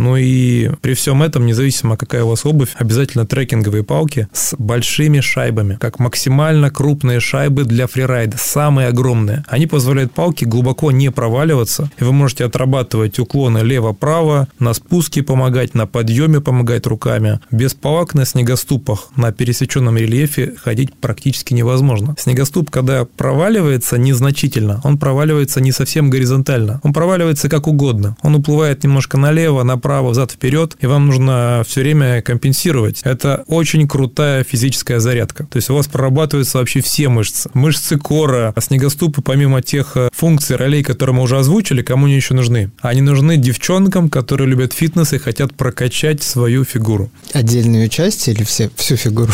И при всем этом, независимо какая у вас обувь, обязательно трекинговые палки с большими шайбами, как максимально крупные шайбы для фрирайда, самые огромные. Они позволяют палке глубоко не проваливаться, и вы можете отрабатывать уклоны лево-право, на спуске помогать, на подъеме помогать руками. Без палок на снегоступах на пересеченном рельефе ходить практически невозможно. Снегоступ, когда проваливается незначительно, он проваливается не совсем горизонтально, он проваливается как угодно. Он уплывает немножко налево, направо, взад-вперед, и вам нужно все время компенсировать. Это очень крутая физическая зарядка. То есть у вас прорабатываются вообще все мышцы. Мышцы кора, снегоступы, помимо тех функций, ролей, которые мы уже озвучили, кому они еще нужны? Они нужны девчонкам, которые любят фитнес и хотят прокачать свою фигуру. Отдельную часть или всю фигуру?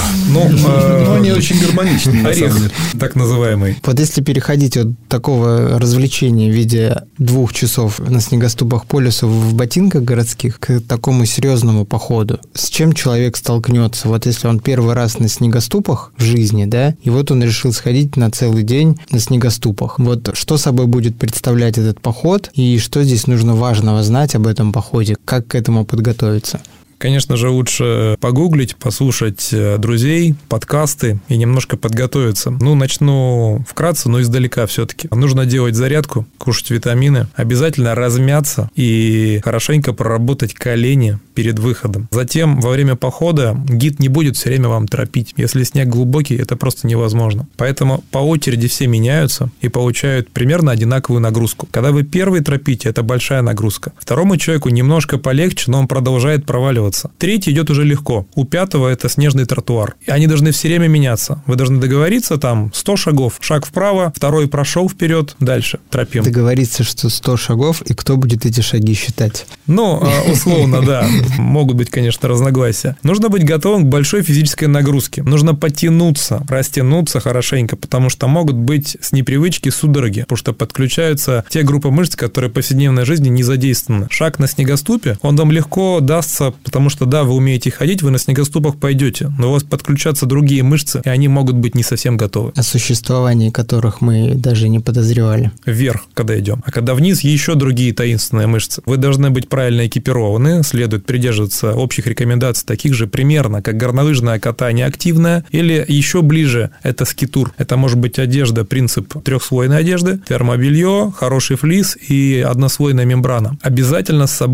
Они очень гармоничны, на самом деле. Так называемый. Если переходить от такого развлечения в виде 2 часов на снегоступах по лесу в ботинках городских к такому серьезному походу, с чем человек столкнется? Если он первый раз на снегоступах в жизни, да, и он решил сходить на целый день на снегоступах. Что собой будет представлять этот поход, и что здесь нужно важного знать об этом походе, как к этому подготовиться? Конечно же, лучше погуглить, послушать друзей, подкасты и немножко подготовиться. Начну вкратце, но издалека все-таки. Нужно делать зарядку, кушать витамины, обязательно размяться и хорошенько проработать колени перед выходом. Затем, во время похода, гид не будет все время вам торопить. Если снег глубокий, это просто невозможно. Поэтому по очереди все меняются и получают примерно одинаковую нагрузку. Когда вы первый тропите, это большая нагрузка. Второму человеку немножко полегче, но он продолжает проваливаться. Третий идет уже легко. У 5-го это снежный тротуар. И они должны все время меняться. Вы должны договориться 100 шагов. Шаг вправо, второй прошел вперед, дальше тропим. Договориться, что 100 шагов, и кто будет эти шаги считать? Условно, да. Могут быть, конечно, разногласия. Нужно быть готовым к большой физической нагрузке. Нужно подтянуться, растянуться хорошенько, потому что могут быть с непривычки судороги, потому что подключаются те группы мышц, которые в повседневной жизни не задействованы. Шаг на снегоступе, он вам легко дастся, потому что, да, вы умеете ходить, вы на снегоступах пойдете, но у вас подключатся другие мышцы, и они могут быть не совсем готовы. О существовании которых мы даже не подозревали. Вверх, когда идем. А когда вниз, еще другие таинственные мышцы. Вы должны быть правильно экипированы, следует придерживаться общих рекомендаций, таких же примерно, как горнолыжное катание активное, или еще ближе, это скитур. Это может быть одежда, принцип 3-слойной одежды, термобелье, хороший флис и однослойная мембрана. Обязательно с собой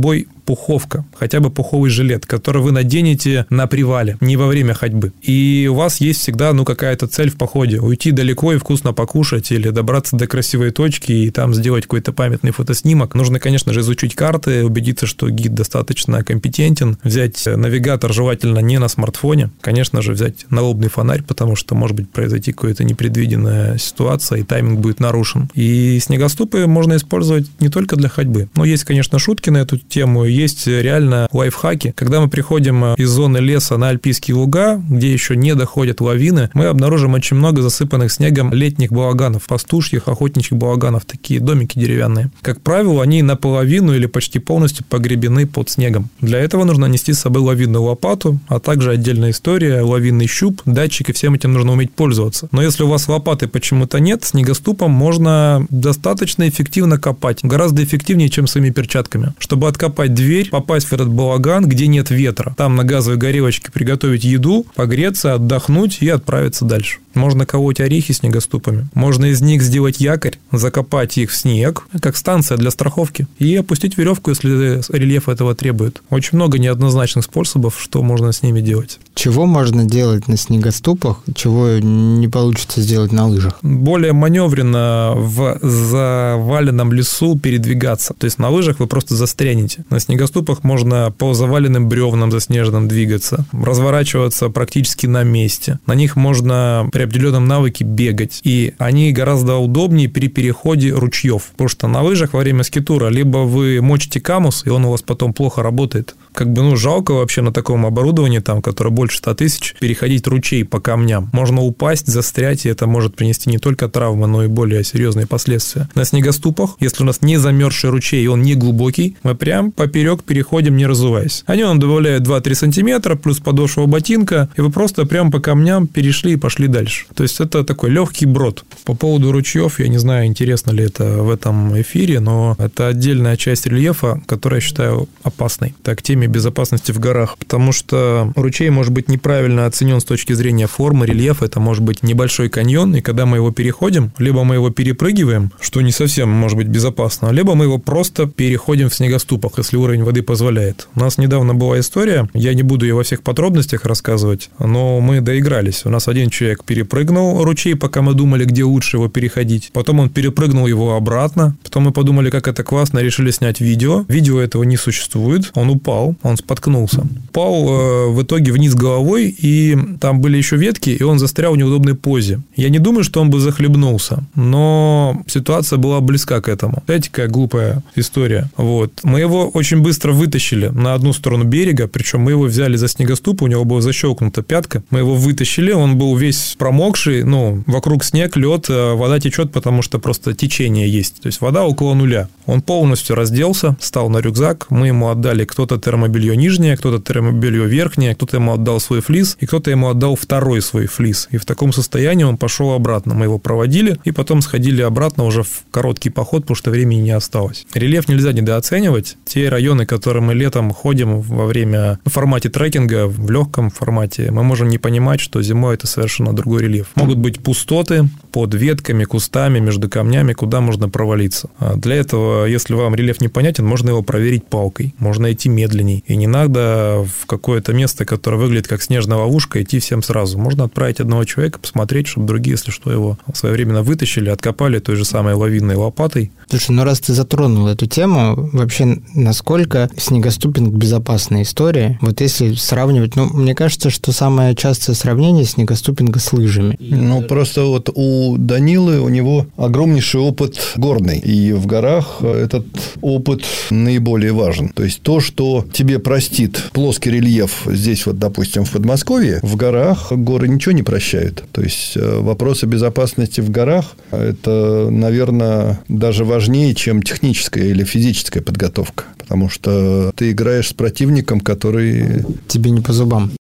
пуховка, хотя бы пуховый жилет, который вы наденете на привале, не во время ходьбы. И у вас есть всегда, какая-то цель в походе. Уйти далеко и вкусно покушать или добраться до красивой точки и там сделать какой-то памятный фотоснимок. Нужно, конечно же, изучить карты, убедиться, что гид достаточно компетентен, взять навигатор желательно не на смартфоне, конечно же, взять налобный фонарь, потому что, может быть, произойти какая-то непредвиденная ситуация, и тайминг будет нарушен. И снегоступы можно использовать не только для ходьбы. Но есть, конечно, шутки на эту тему, есть реально лайфхаки. Когда мы приходим из зоны леса на альпийские луга, где еще не доходят лавины, мы обнаружим очень много засыпанных снегом летних балаганов, пастушьих, охотничьих балаганов, такие домики деревянные. Как правило, они наполовину или почти полностью погребены под снегом. Для этого нужно нести с собой лавинную лопату, а также отдельная история, лавинный щуп, датчик, и всем этим нужно уметь пользоваться. Но если у вас лопаты почему-то нет, снегоступом можно достаточно эффективно копать. Гораздо эффективнее, чем своими перчатками. Чтобы откопать дверь, попасть в этот балаган, где нет ветра. Там на газовой горелочке приготовить еду, погреться, отдохнуть и отправиться дальше. Можно колоть орехи снегоступами. Можно из них сделать якорь, закопать их в снег, как станция для страховки, и опустить веревку, если рельеф этого требует. Очень много неоднозначных способов, что можно с ними делать. Чего можно делать на снегоступах, чего не получится сделать на лыжах? Более маневренно в заваленном лесу передвигаться. То есть на лыжах вы просто застрянете. На снегоступах можно по заваленным бревнам заснеженным двигаться, разворачиваться практически на месте. На них можно при определенном навыке бегать. И они гораздо удобнее при переходе ручьев. Потому что на лыжах во время скитура либо вы мочите камус, и он у вас потом плохо работает. Жалко вообще на таком оборудовании, которое больше 100 тысяч, переходить ручей по камням. Можно упасть, застрять, и это может принести не только травмы, но и более серьезные последствия. На снегоступах, если у нас не замерзший ручей, и он не глубокий, мы прям поперек переходим, не разуваясь. Они вам добавляют 2-3 сантиметра, плюс подошва ботинка, и вы просто прям по камням перешли и пошли дальше. То есть это такой легкий брод. По поводу ручьев, я не знаю, интересно ли это в этом эфире, но это отдельная часть рельефа, которую я считаю опасной. Так, теме безопасности в горах, потому что ручей может быть неправильно оценен с точки зрения формы, рельефа. Это может быть небольшой каньон, и когда мы его переходим, либо мы его перепрыгиваем, что не совсем может быть безопасно, либо мы его просто переходим в снегоступах, если уровень воды позволяет. У нас недавно была история, я не буду ее во всех подробностях рассказывать, но мы доигрались. У нас один человек перепрыгнул ручей, пока мы думали, где лучше его переходить. Потом он перепрыгнул его обратно. Потом мы подумали, как это классно, решили снять видео. Видео этого не существует. Он упал, он споткнулся. Упал в итоге вниз головой, и там были еще ветки, и он застрял в неудобной позе. Я не думаю, что он бы захлебнулся, но ситуация была близка к этому. Знаете, какая глупая история. Мы его очень быстро вытащили на одну сторону берега, причем мы его взяли за снегоступ, у него была защелкнута пятка. Мы его вытащили, он был весь промокший, вокруг снег, лед, вода течет, потому что просто течение есть. То есть вода около нуля. Он полностью разделся, встал на рюкзак, мы ему отдали кто-то термобелье нижнее, кто-то термобелье верхнее, кто-то ему отдал свой флис, и кто-то ему отдал второй свой флис. И в таком состоянии он пошел обратно. Мы его проводили, и потом сходили обратно уже в короткий поход, потому что времени не осталось. Рельеф нельзя недооценивать. Те районы, которые мы летом ходим в формате трекинга, в легком формате, мы можем не понимать, что зимой это совершенно другой рельеф. Могут быть пустоты под ветками, кустами, между камнями, куда можно провалиться. Для этого, если вам рельеф непонятен, можно его проверить палкой, можно идти медленней. И не надо в какое-то место, которое выглядит как снежная ловушка, идти всем сразу. Можно отправить одного человека, посмотреть, чтобы другие, если что, его своевременно вытащили, откопали той же самой лавинной лопатой. Слушай, раз ты затронул эту тему, вообще насколько снегоступинг безопасная история? Если сравнивать, мне кажется, что самое частое сравнение снегоступинга с лыжами. Просто у Данилы, у него огромнейший опыт горный, и в горах этот опыт наиболее важен. То есть то, что тебе простит плоский рельеф здесь, допустим, в Подмосковье, в горах горы ничего не прощают. То есть вопросы безопасности в горах – это, наверное, даже важнее, чем техническая или физическая подготовка. Потому что ты играешь с противником, который... тебе не по зубам.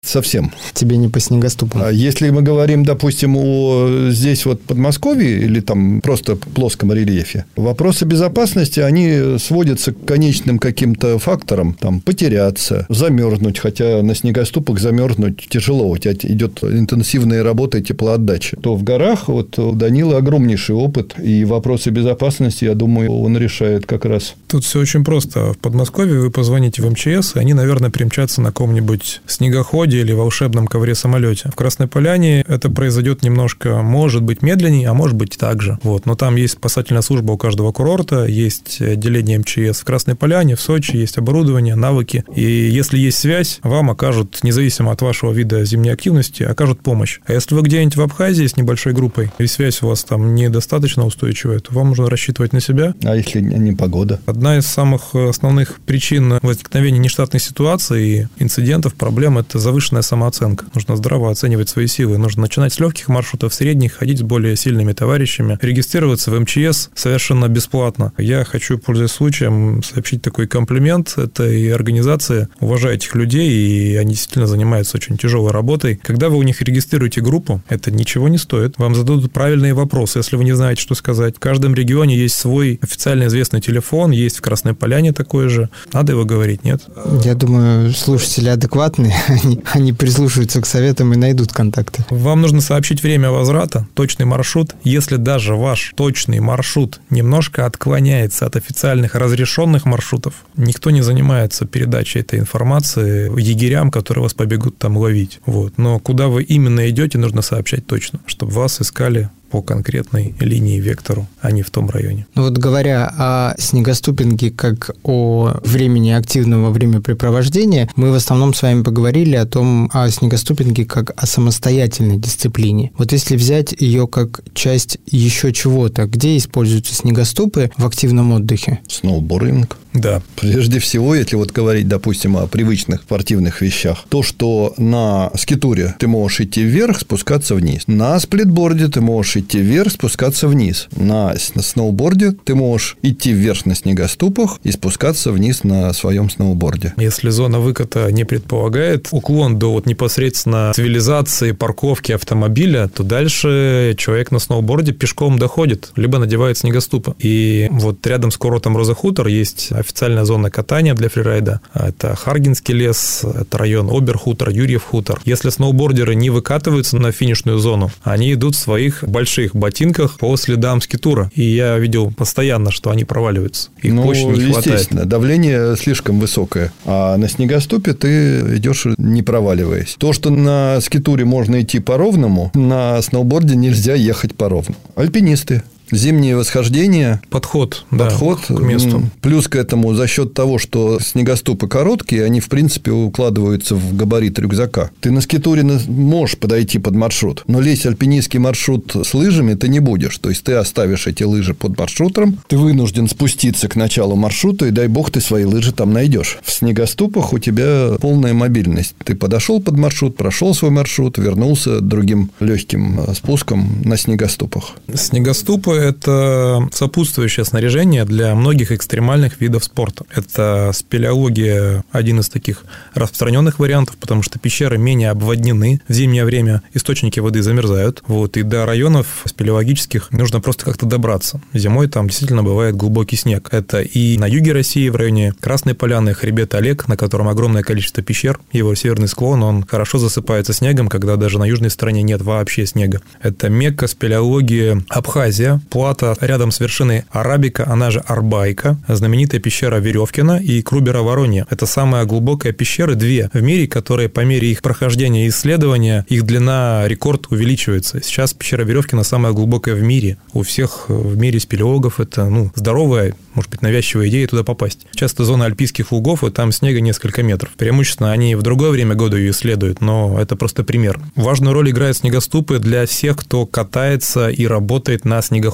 совсем. Тебе не по снегоступам. Если мы говорим, допустим, о здесь вот Подмосковье или там просто плоском рельефе, вопросы безопасности, они сводятся к конечным каким-то факторам, там, потеряться, замерзнуть, хотя на снегоступах замерзнуть тяжело, у тебя идет интенсивная работа и теплоотдача. То в горах вот у Данилы огромнейший опыт, и вопросы безопасности, я думаю, он решает как раз. Тут все очень просто. В Подмосковье вы позвоните в МЧС, и они, наверное, примчатся на каком-нибудь снегоходе или волшебном ковре-самолете. В Красной Поляне это произойдет немножко, может быть, медленнее, а может быть, так же. Вот. Но там есть спасательная служба у каждого курорта, есть отделение МЧС в Красной Поляне, в Сочи, есть оборудование, навыки. И если есть связь, вам окажут, независимо от вашего вида зимней активности, окажут помощь. А если вы где-нибудь в Абхазии с небольшой группой, и связь у вас там недостаточно устойчивая, то вам нужно рассчитывать на себя. А если не погода? Одна из самых основных причин возникновения нештатной ситуации, инцидентов, проблем – это завышенная самооценка. Нужно здраво оценивать свои силы. Нужно начинать с легких маршрутов, средних, ходить с более сильными товарищами, регистрироваться в МЧС совершенно бесплатно. Я хочу, пользуясь случаем, сообщить такой комплимент. Это и организация уважает этих людей, и они действительно занимаются очень тяжелой работой. Когда вы у них регистрируете группу, это ничего не стоит. Вам зададут правильные вопросы, если вы не знаете, что сказать. В каждом регионе есть свой официально известный телефон, есть в Красной Поляне такой же. Надо его говорить, нет? Я думаю, слушатели адекватные, они прислушаются к советам и найдут контакты. Вам нужно сообщить время возврата, точный маршрут. Если даже ваш точный маршрут немножко отклоняется от официальных разрешенных маршрутов, никто не занимается передачей этой информации егерям, которые вас побегут там ловить. Вот. Но куда вы именно идете, нужно сообщать точно, чтобы вас искали по конкретной линии, вектору, а не в том районе. Ну вот говоря о снегоступинге как о времени активного времяпрепровождения, мы в основном с вами поговорили о снегоступинге как о самостоятельной дисциплине. Вот если взять ее как часть еще чего-то, где используются снегоступы в активном отдыхе? Сноубординг. Да. Прежде всего, если вот говорить, допустим, о привычных спортивных вещах, то, что на скитуре ты можешь идти вверх, спускаться вниз. На сплитборде ты можешь идти вверх, спускаться вниз. На сноуборде ты можешь идти вверх на снегоступах и спускаться вниз на своем сноуборде. Если зона выката не предполагает уклон до вот непосредственно цивилизации, парковки автомобиля, то дальше человек на сноуборде пешком доходит, либо надевает снегоступы. И вот рядом с курортом Роза Хутор есть официальная зона катания для фрирайда. Это Харгинский лес, это район Оберхутор, Юрьев хутор. Если сноубордеры не выкатываются на финишную зону, они идут в своих больших ботинках по следам скитура. И я видел постоянно, что они проваливаются. Их очень не хватает. Естественно, давление слишком высокое. А на снегоступе ты идешь не проваливаясь. То, что на скитуре можно идти по ровному, на сноуборде нельзя ехать по ровному. Альпинисты. Зимнее восхождение. Подход к месту. Плюс к этому, за счет того, что снегоступы короткие, они, в принципе, укладываются в габарит рюкзака. Ты на скитуре можешь подойти под маршрут, но лезть альпинистский маршрут с лыжами ты не будешь. То есть, ты оставишь эти лыжи под маршрутом, ты вынужден спуститься к началу маршрута, и дай бог ты свои лыжи там найдешь. В снегоступах у тебя полная мобильность. Ты подошел под маршрут, прошел свой маршрут, вернулся другим легким спуском на снегоступах. Снегоступы – это сопутствующее снаряжение для многих экстремальных видов спорта. Это спелеология – один из таких распространенных вариантов, потому что пещеры менее обводнены. В зимнее время источники воды замерзают. Вот, и до районов спелеологических нужно просто как-то добраться. Зимой там действительно бывает глубокий снег. Это и на юге России, в районе Красной Поляны, хребет Олег, на котором огромное количество пещер. Его северный склон, он хорошо засыпается снегом, когда даже на южной стороне нет вообще снега. Это Мекка спелеологии Абхазия. Плата рядом с вершиной Арабика, она же Арбайка, знаменитая пещера Веревкина и Крубера-Воронья. Это самая глубокая пещера, две в мире, которые по мере их прохождения и исследования, их длина, рекорд увеличивается. Сейчас пещера Веревкина самая глубокая в мире. У всех в мире спелеологов это здоровая, может быть, навязчивая идея туда попасть. Сейчас это зона альпийских лугов, и там снега несколько метров. Преимущественно они в другое время года ее исследуют, но это просто пример. Важную роль играют снегоступы для всех, кто катается и работает на снегоходах.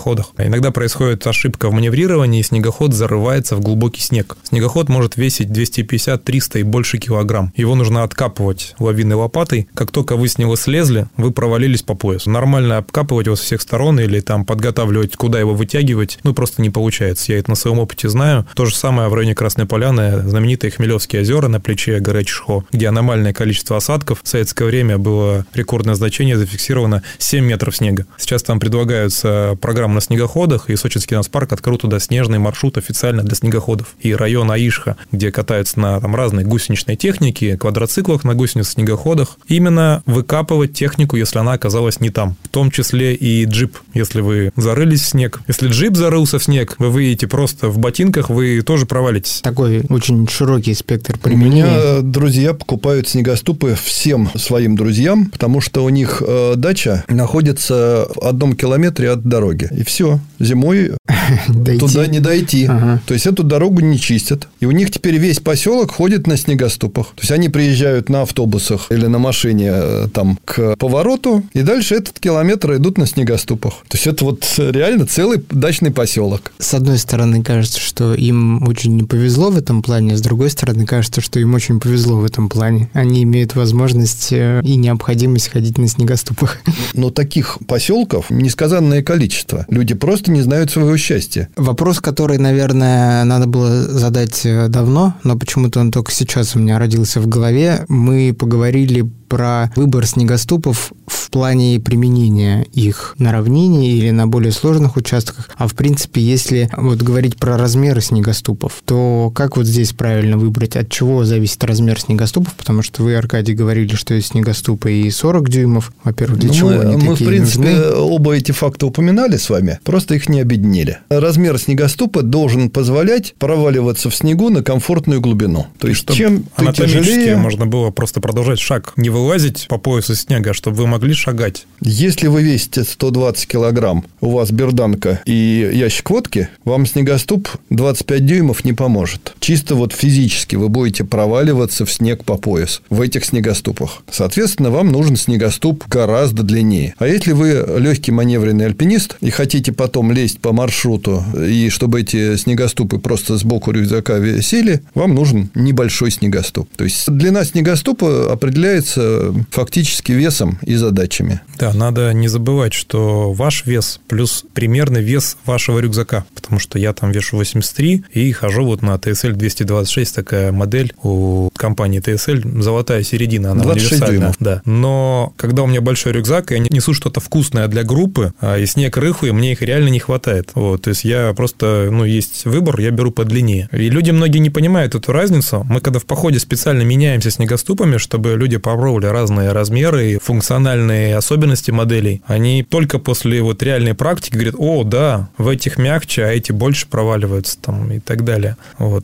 снегоходах. Иногда происходит ошибка в маневрировании, и снегоход зарывается в глубокий снег. Снегоход может весить 250, 300 и больше килограмм. Его нужно откапывать лавинной лопатой. Как только вы с него слезли, вы провалились по пояс. Нормально обкапывать его со всех сторон или там подготавливать, куда его вытягивать, просто не получается. Я это на своем опыте знаю. То же самое в районе Красной Поляны, знаменитые Хмелевские озера на плече горы Чешхо, где аномальное количество осадков. В советское время было рекордное значение, зафиксировано 7 метров снега. Сейчас там предлагаются программы на снегоходах, и Сочинский нацпарк открыл туда снежный маршрут официально для снегоходов. И район Аишха, где катаются на разной гусеничной технике, квадроциклах на гусеницах, снегоходах, именно выкапывать технику, если она оказалась не там. В том числе и джип. Если вы зарылись в снег, если джип зарылся в снег, вы выйдете просто в ботинках, вы тоже провалитесь. Такой очень широкий спектр применения. У меня друзья покупают снегоступы всем своим друзьям, потому что у них дача находится в 1 километре от дороги. И все. Зимой туда не дойти. Ага. То есть, эту дорогу не чистят. И у них теперь весь поселок ходит на снегоступах. То есть, они приезжают на автобусах или на машине там к повороту, и дальше этот километр идут на снегоступах. То есть, это реально целый дачный поселок. С одной стороны, кажется, что им очень не повезло в этом плане, с другой стороны, кажется, что им очень повезло в этом плане. Они имеют возможность и необходимость ходить на снегоступах. Но таких поселков несказанное количество. Люди просто не знают своего счастья. Вопрос, который, наверное, надо было задать давно, но почему-то он только сейчас у меня родился в голове. Мы поговорили про выбор снегоступов в плане применения их на равнине или на более сложных участках. А в принципе, если говорить про размеры снегоступов, то как здесь правильно выбрать? От чего зависит размер снегоступов? Потому что вы, Аркадий, говорили, что есть снегоступы и 40 дюймов. Во-первых, для чего они такие мы, в принципе, нужны? Оба эти факта упоминали с вами, просто их не объединили. Размер снегоступа должен позволять проваливаться в снегу на комфортную глубину. То есть, чем анатомически можно было просто продолжать шаг, не вылазить по поясу снега, чтобы вы могли шагать. Если вы весите 120 килограмм, у вас берданка и ящик водки, вам снегоступ 25 дюймов не поможет. Чисто физически вы будете проваливаться в снег по пояс в этих снегоступах. Соответственно, вам нужен снегоступ гораздо длиннее. А если вы легкий маневренный альпинист и хотите потом лезть по маршруту, и чтобы эти снегоступы просто сбоку рюкзака висели, вам нужен небольшой снегоступ. То есть, длина снегоступа определяется фактически весом и задачами. Да, надо не забывать, что ваш вес плюс примерный вес вашего рюкзака, потому что я там вешу 83 и хожу на TSL 226, такая модель у компании TSL, золотая середина, она универсальная. Да. Но когда у меня большой рюкзак, я несу что-то вкусное для группы, и снег рыхлый, мне их реально не хватает. То есть, я просто, есть выбор, я беру подлиннее. И люди многие не понимают эту разницу. Мы когда в походе специально меняемся снегоступами, чтобы люди попробовали разные размеры и функциональные особенности моделей, они только после реальной практики говорят: о, да, в этих мягче, а эти больше проваливаются и так далее.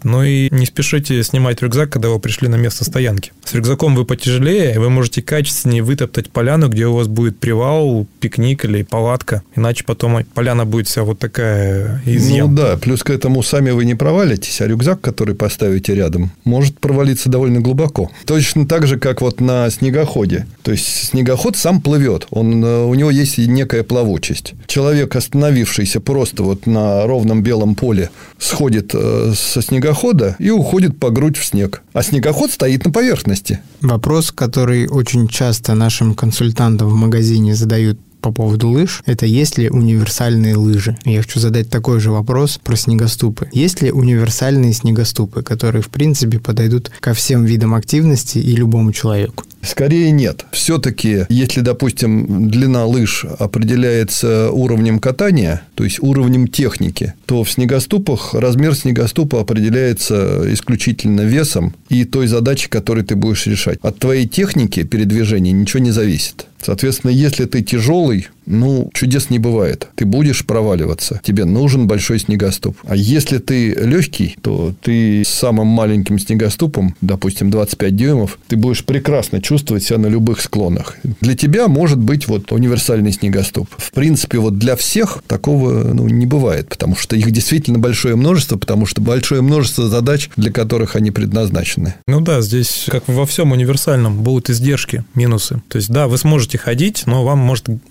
И не спешите снимать рюкзак, когда вы пришли на место стоянки. С рюкзаком вы потяжелее, и вы можете качественнее вытоптать поляну, где у вас будет привал, пикник или палатка. Иначе потом поляна будет вся такая из ям. Да, плюс к этому сами вы не провалитесь, а рюкзак, который поставите рядом, может провалиться довольно глубоко. Точно так же, как на снегоходе. То есть, снегоход сам плывет, у него есть некая плавучесть. Человек, остановившийся просто на ровном белом поле, сходит со снегохода и уходит по грудь в снег. А снегоход стоит на поверхности. Вопрос, который очень часто нашим консультантам в магазине задают по поводу лыж, это есть ли универсальные лыжи. Я хочу задать такой же вопрос про снегоступы. Есть ли универсальные снегоступы, которые, в принципе, подойдут ко всем видам активности и любому человеку? Скорее нет. Все-таки, если, допустим, длина лыж определяется уровнем катания, то есть уровнем техники, то в снегоступах размер снегоступа определяется исключительно весом и той задачей, которую ты будешь решать. От твоей техники передвижения ничего не зависит. Соответственно, если ты тяжелый, чудес не бывает. Ты будешь проваливаться. Тебе нужен большой снегоступ. А если ты легкий, то ты с самым маленьким снегоступом, допустим, 25 дюймов, ты будешь прекрасно чувствовать себя на любых склонах. Для тебя может быть универсальный снегоступ. В принципе, для всех такого не бывает, потому что их действительно большое множество, потому что большое множество задач, для которых они предназначены. Да, здесь, как во всем универсальном, будут издержки, минусы. То есть, да, вы сможете ходить, но вам может при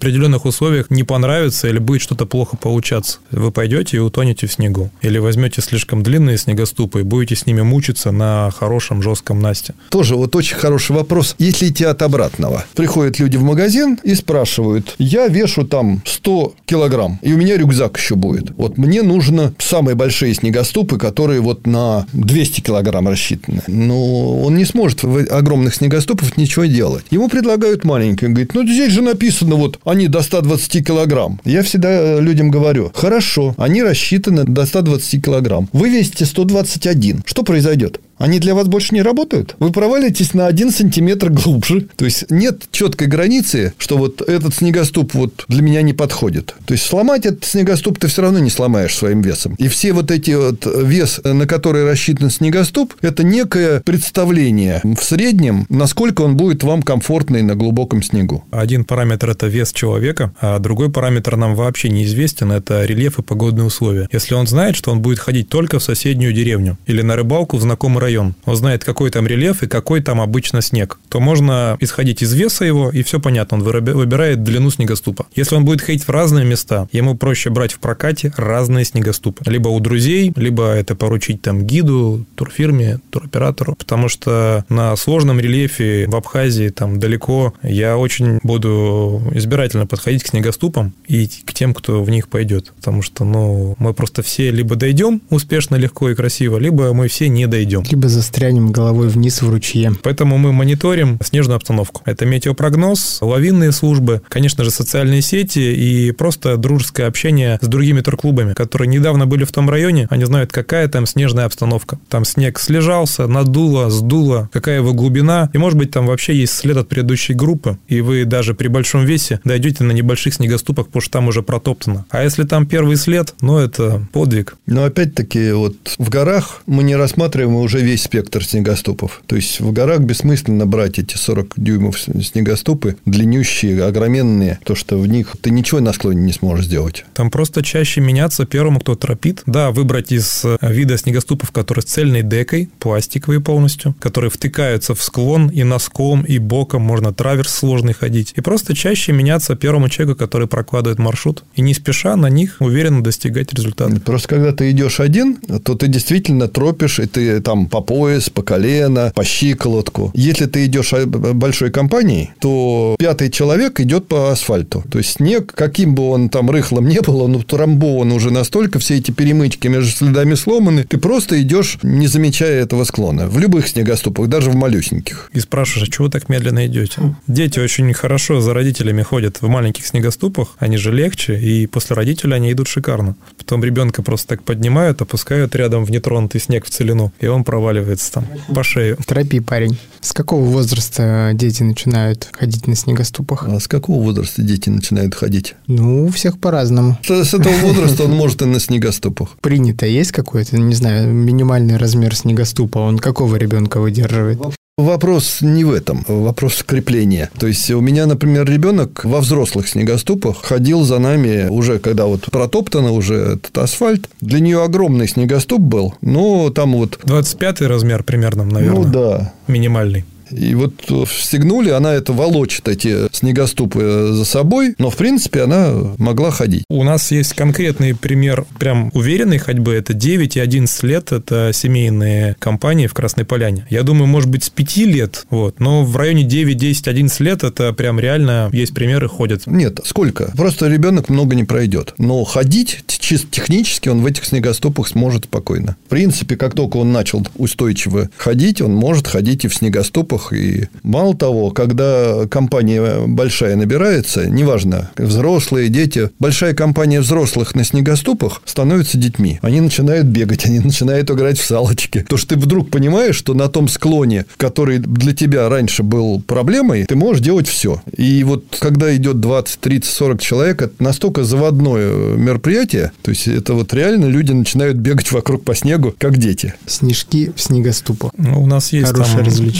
определенных условиях не понравится или будет что-то плохо получаться. Вы пойдете и утонете в снегу. Или возьмете слишком длинные снегоступы и будете с ними мучиться на хорошем жестком Насте. Тоже вот очень хороший вопрос. Если идти от обратного. Приходят люди в магазин и спрашивают: я вешу там 100 килограмм, и у меня рюкзак еще будет. Вот мне нужно самые большие снегоступы, которые вот на 200 килограмм рассчитаны. Но он не сможет в огромных снегоступах ничего делать. Ему предлагают маленькие. Он говорит: ну, здесь же написано, вот они до 120 килограмм. Я всегда людям говорю: хорошо, они рассчитаны до 120 килограмм. Вы весите 121. Что произойдет? Они для вас больше не работают? Вы провалитесь на 1 сантиметр глубже. То есть, нет четкой границы, что вот этот снегоступ вот для меня не подходит. То есть, сломать этот снегоступ ты все равно не сломаешь своим весом. И все вот эти вот вес, на который рассчитан снегоступ, это некое представление в среднем, насколько он будет вам комфортный на глубоком снегу. Один параметр – это вес человека, а другой параметр нам вообще неизвестен – это рельеф и погодные условия. Если он знает, что он будет ходить только в соседнюю деревню или на рыбалку в знакомый район, он знает, какой там рельеф и какой там обычно снег, то можно исходить из веса его, и все понятно, он выбирает длину снегоступа. Если он будет ходить в разные места, ему проще брать в прокате разные снегоступы. Либо у друзей, либо это поручить там гиду, турфирме, туроператору, потому что на сложном рельефе в Абхазии, там далеко, я очень буду избирательно подходить к снегоступам и к тем, кто в них пойдет, потому что, мы просто все либо дойдем успешно, легко и красиво, либо мы все не дойдем. Либо застрянем головой вниз в ручье. Поэтому мы мониторим снежную обстановку. Это метеопрогноз, лавинные службы, конечно же, социальные сети и просто дружеское общение с другими турклубами, которые недавно были в том районе, они знают, какая там снежная обстановка. Там снег слежался, надуло, сдуло, какая его глубина, и, может быть, там вообще есть след от предыдущей группы, и вы даже при большом весе дойдете на небольших снегоступах, потому что там уже протоптано. А если там первый след, это подвиг. Но опять-таки, вот в горах мы не рассматриваем уже весь спектр снегоступов. То есть, в горах бессмысленно брать эти 40 дюймов снегоступы, длиннющие, огроменные, то, что в них ты ничего на склоне не сможешь сделать. Там просто чаще меняться первому, кто торопит. Да, выбрать из вида снегоступов, которые с цельной декой, пластиковые полностью, которые втыкаются в склон и носком, и боком, можно траверс сложный ходить. И просто чаще меняться первому человеку, который прокладывает маршрут, и не спеша на них уверенно достигать результата. Просто когда ты идешь один, то ты действительно тропишь, и ты там по пояс, по колено, по щиколотку. Если ты идешь большой компанией, то 5-й человек идет по асфальту. То есть, снег, каким бы он там рыхлым не был, он утрамбован уже настолько, все эти перемычки между следами сломаны, ты просто идешь, не замечая этого склона. В любых снегоступах, даже в малюсеньких. И спрашиваешь: а чего вы так медленно идете? Дети очень хорошо за родителями ходят в маленьких снегоступах, они же легче, и после родителей они идут шикарно. Потом ребенка просто так поднимают, опускают рядом в нетронутый снег в целину, и он проваливается там по шею. Торопи, парень. С какого возраста дети начинают ходить на снегоступах? А с какого возраста дети начинают ходить? У всех по-разному. С этого возраста он может и на снегоступах. Принято есть какой-то, не знаю, минимальный размер снегоступа? Он какого ребенка выдерживает? Вопрос не в этом, вопрос крепления. То есть, у меня, например, ребенок во взрослых снегоступах ходил за нами уже, когда вот протоптано уже этот асфальт. Для нее огромный снегоступ был, но там вот... 25-й размер примерно, наверное. Да. Минимальный. И вот стегнули, она это волочит, эти снегоступы за собой, но, в принципе, она могла ходить. У нас есть конкретный пример прям уверенной ходьбы. Это 9 и 11 лет. Это семейные компании в Красной Поляне. Я думаю, может быть, с 5 лет, но в районе 9, 10, 11 лет это прям реально есть примеры, ходят. Нет, сколько? Просто ребенок много не пройдет. Но ходить чисто технически он в этих снегоступах сможет спокойно. В принципе, как только он начал устойчиво ходить, он может ходить и в снегоступах. И мало того, когда компания большая набирается, неважно, взрослые, дети, большая компания взрослых на снегоступах становятся детьми. Они начинают бегать, они начинают играть в салочки. Потому что ты вдруг понимаешь, что на том склоне, который для тебя раньше был проблемой, ты можешь делать все. И вот когда идет 20, 30, 40 человек, это настолько заводное мероприятие, то есть это вот реально люди начинают бегать вокруг по снегу, как дети. Снежки в снегоступах. У нас есть хорошее развлечение.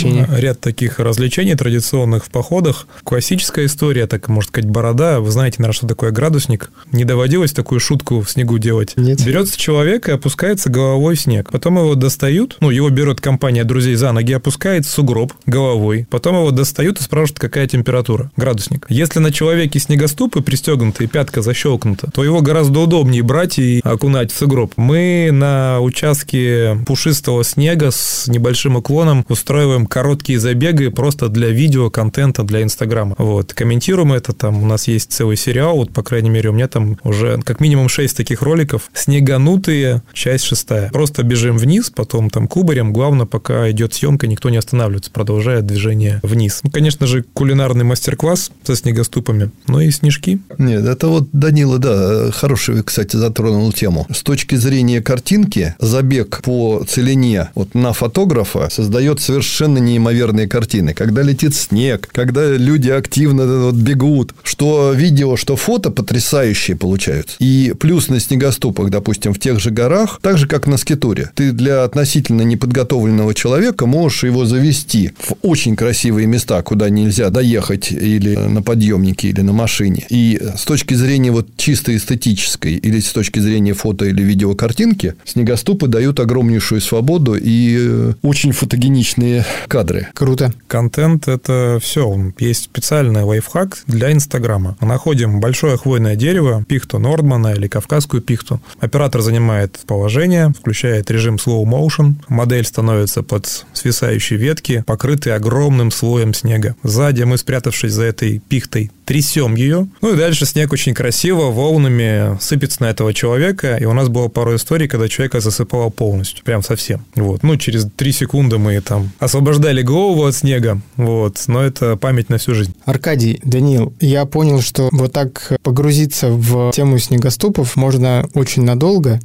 ряд таких развлечений традиционных в походах. Классическая история, так можно сказать, борода. Вы знаете, наверное, что такое градусник. Не доводилось такую шутку в снегу делать? Нет. Берется человек и опускается головой в снег. Потом его достают, его берет компания друзей за ноги, опускает в сугроб головой. Потом его достают и спрашивают, какая температура. Градусник. Если на человеке снегоступы пристегнуты и пятка защелкнута, то его гораздо удобнее брать и окунать в сугроб. Мы на участке пушистого снега с небольшим уклоном устраиваем короткие забеги просто для видео, контента, для Инстаграма. Комментируем это, там у нас есть целый сериал, по крайней мере, у меня там уже как минимум 6 таких роликов. Снеганутые, часть 6. Просто бежим вниз, потом там кубарем. Главное, пока идет съемка, никто не останавливается, продолжает движение вниз. Конечно же, кулинарный мастер-класс со снегоступами, и снежки. Нет, это Данила, хороший, кстати, затронул тему. С точки зрения картинки, забег по целине на фотографа создает совершенно неимоверные картины. Когда летит снег, когда люди активно бегут, что видео, что фото потрясающие получаются. И плюс на снегоступах, допустим, в тех же горах, так же, как на скитуре, ты для относительно неподготовленного человека можешь его завести в очень красивые места, куда нельзя доехать или на подъемнике, или на машине. И с точки зрения чисто эстетической или с точки зрения фото или видеокартинки, снегоступы дают огромнейшую свободу и очень фотогеничные кадры. Круто. Контент – это все. Есть специальный лайфхак для Инстаграма. Находим большое хвойное дерево, пихту Нордмана или кавказскую пихту. Оператор занимает положение, включает режим slow motion. Модель становится под свисающие ветки, покрытые огромным слоем снега. Сзади мы, спрятавшись за этой пихтой, трясем ее. И дальше снег очень красиво, волнами сыпется на этого человека. И у нас было пару историй, когда человека засыпало полностью. Прям совсем. Через 3 секунды мы там освобождали голову от снега. Но это память на всю жизнь. Аркадий, Данил, я понял, что так погрузиться в тему снегоступов можно очень надолго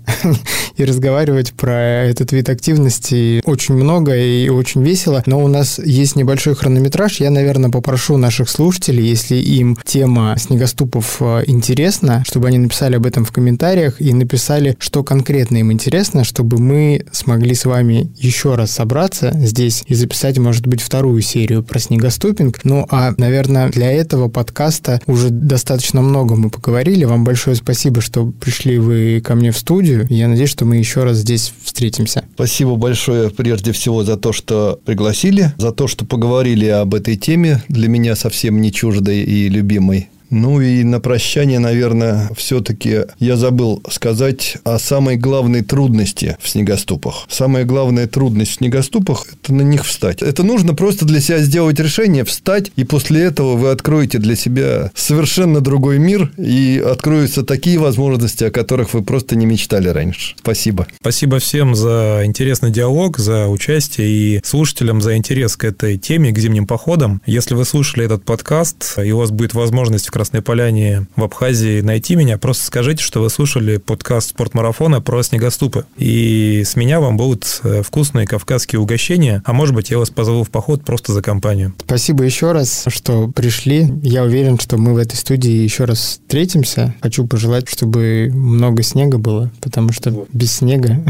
и разговаривать про этот вид активности очень много и очень весело. Но у нас есть небольшой хронометраж. Я, наверное, попрошу наших слушателей, если им тема снегоступов интересна, чтобы они написали об этом в комментариях и написали, что конкретно им интересно, чтобы мы смогли с вами еще раз собраться здесь и записать, может быть, вторую серию про снегоступинг. Наверное, для этого подкаста уже достаточно много мы поговорили. Вам большое спасибо, что пришли вы ко мне в студию. Я надеюсь, что мы еще раз здесь встретимся. Спасибо большое, прежде всего, за то, что пригласили, за то, что поговорили об этой теме, для меня совсем не чуждой и любимой. И на прощание, наверное, все-таки я забыл сказать о самой главной трудности в снегоступах. Самая главная трудность в снегоступах – это на них встать. Это нужно просто для себя сделать решение, встать, и после этого вы откроете для себя совершенно другой мир, и откроются такие возможности, о которых вы просто не мечтали раньше. Спасибо. Спасибо всем за интересный диалог, за участие, и слушателям за интерес к этой теме, к зимним походам. Если вы слушали этот подкаст, и у вас будет возможность в Красной Поляне, в Абхазии найти меня, просто скажите, что вы слушали подкаст «Спортмарафона» про снегоступы. И с меня вам будут вкусные кавказские угощения, а может быть, я вас позову в поход просто за компанию. Спасибо еще раз, что пришли. Я уверен, что мы в этой студии еще раз встретимся. Хочу пожелать, чтобы много снега было, потому что без снега...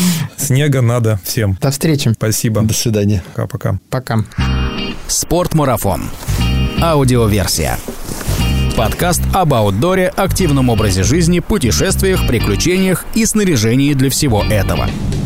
Снега надо всем. До встречи. Спасибо. До свидания. Пока-пока. Пока. Спортмарафон. Аудиоверсия. Подкаст об аутдоре, активном образе жизни, путешествиях, приключениях и снаряжении для всего этого.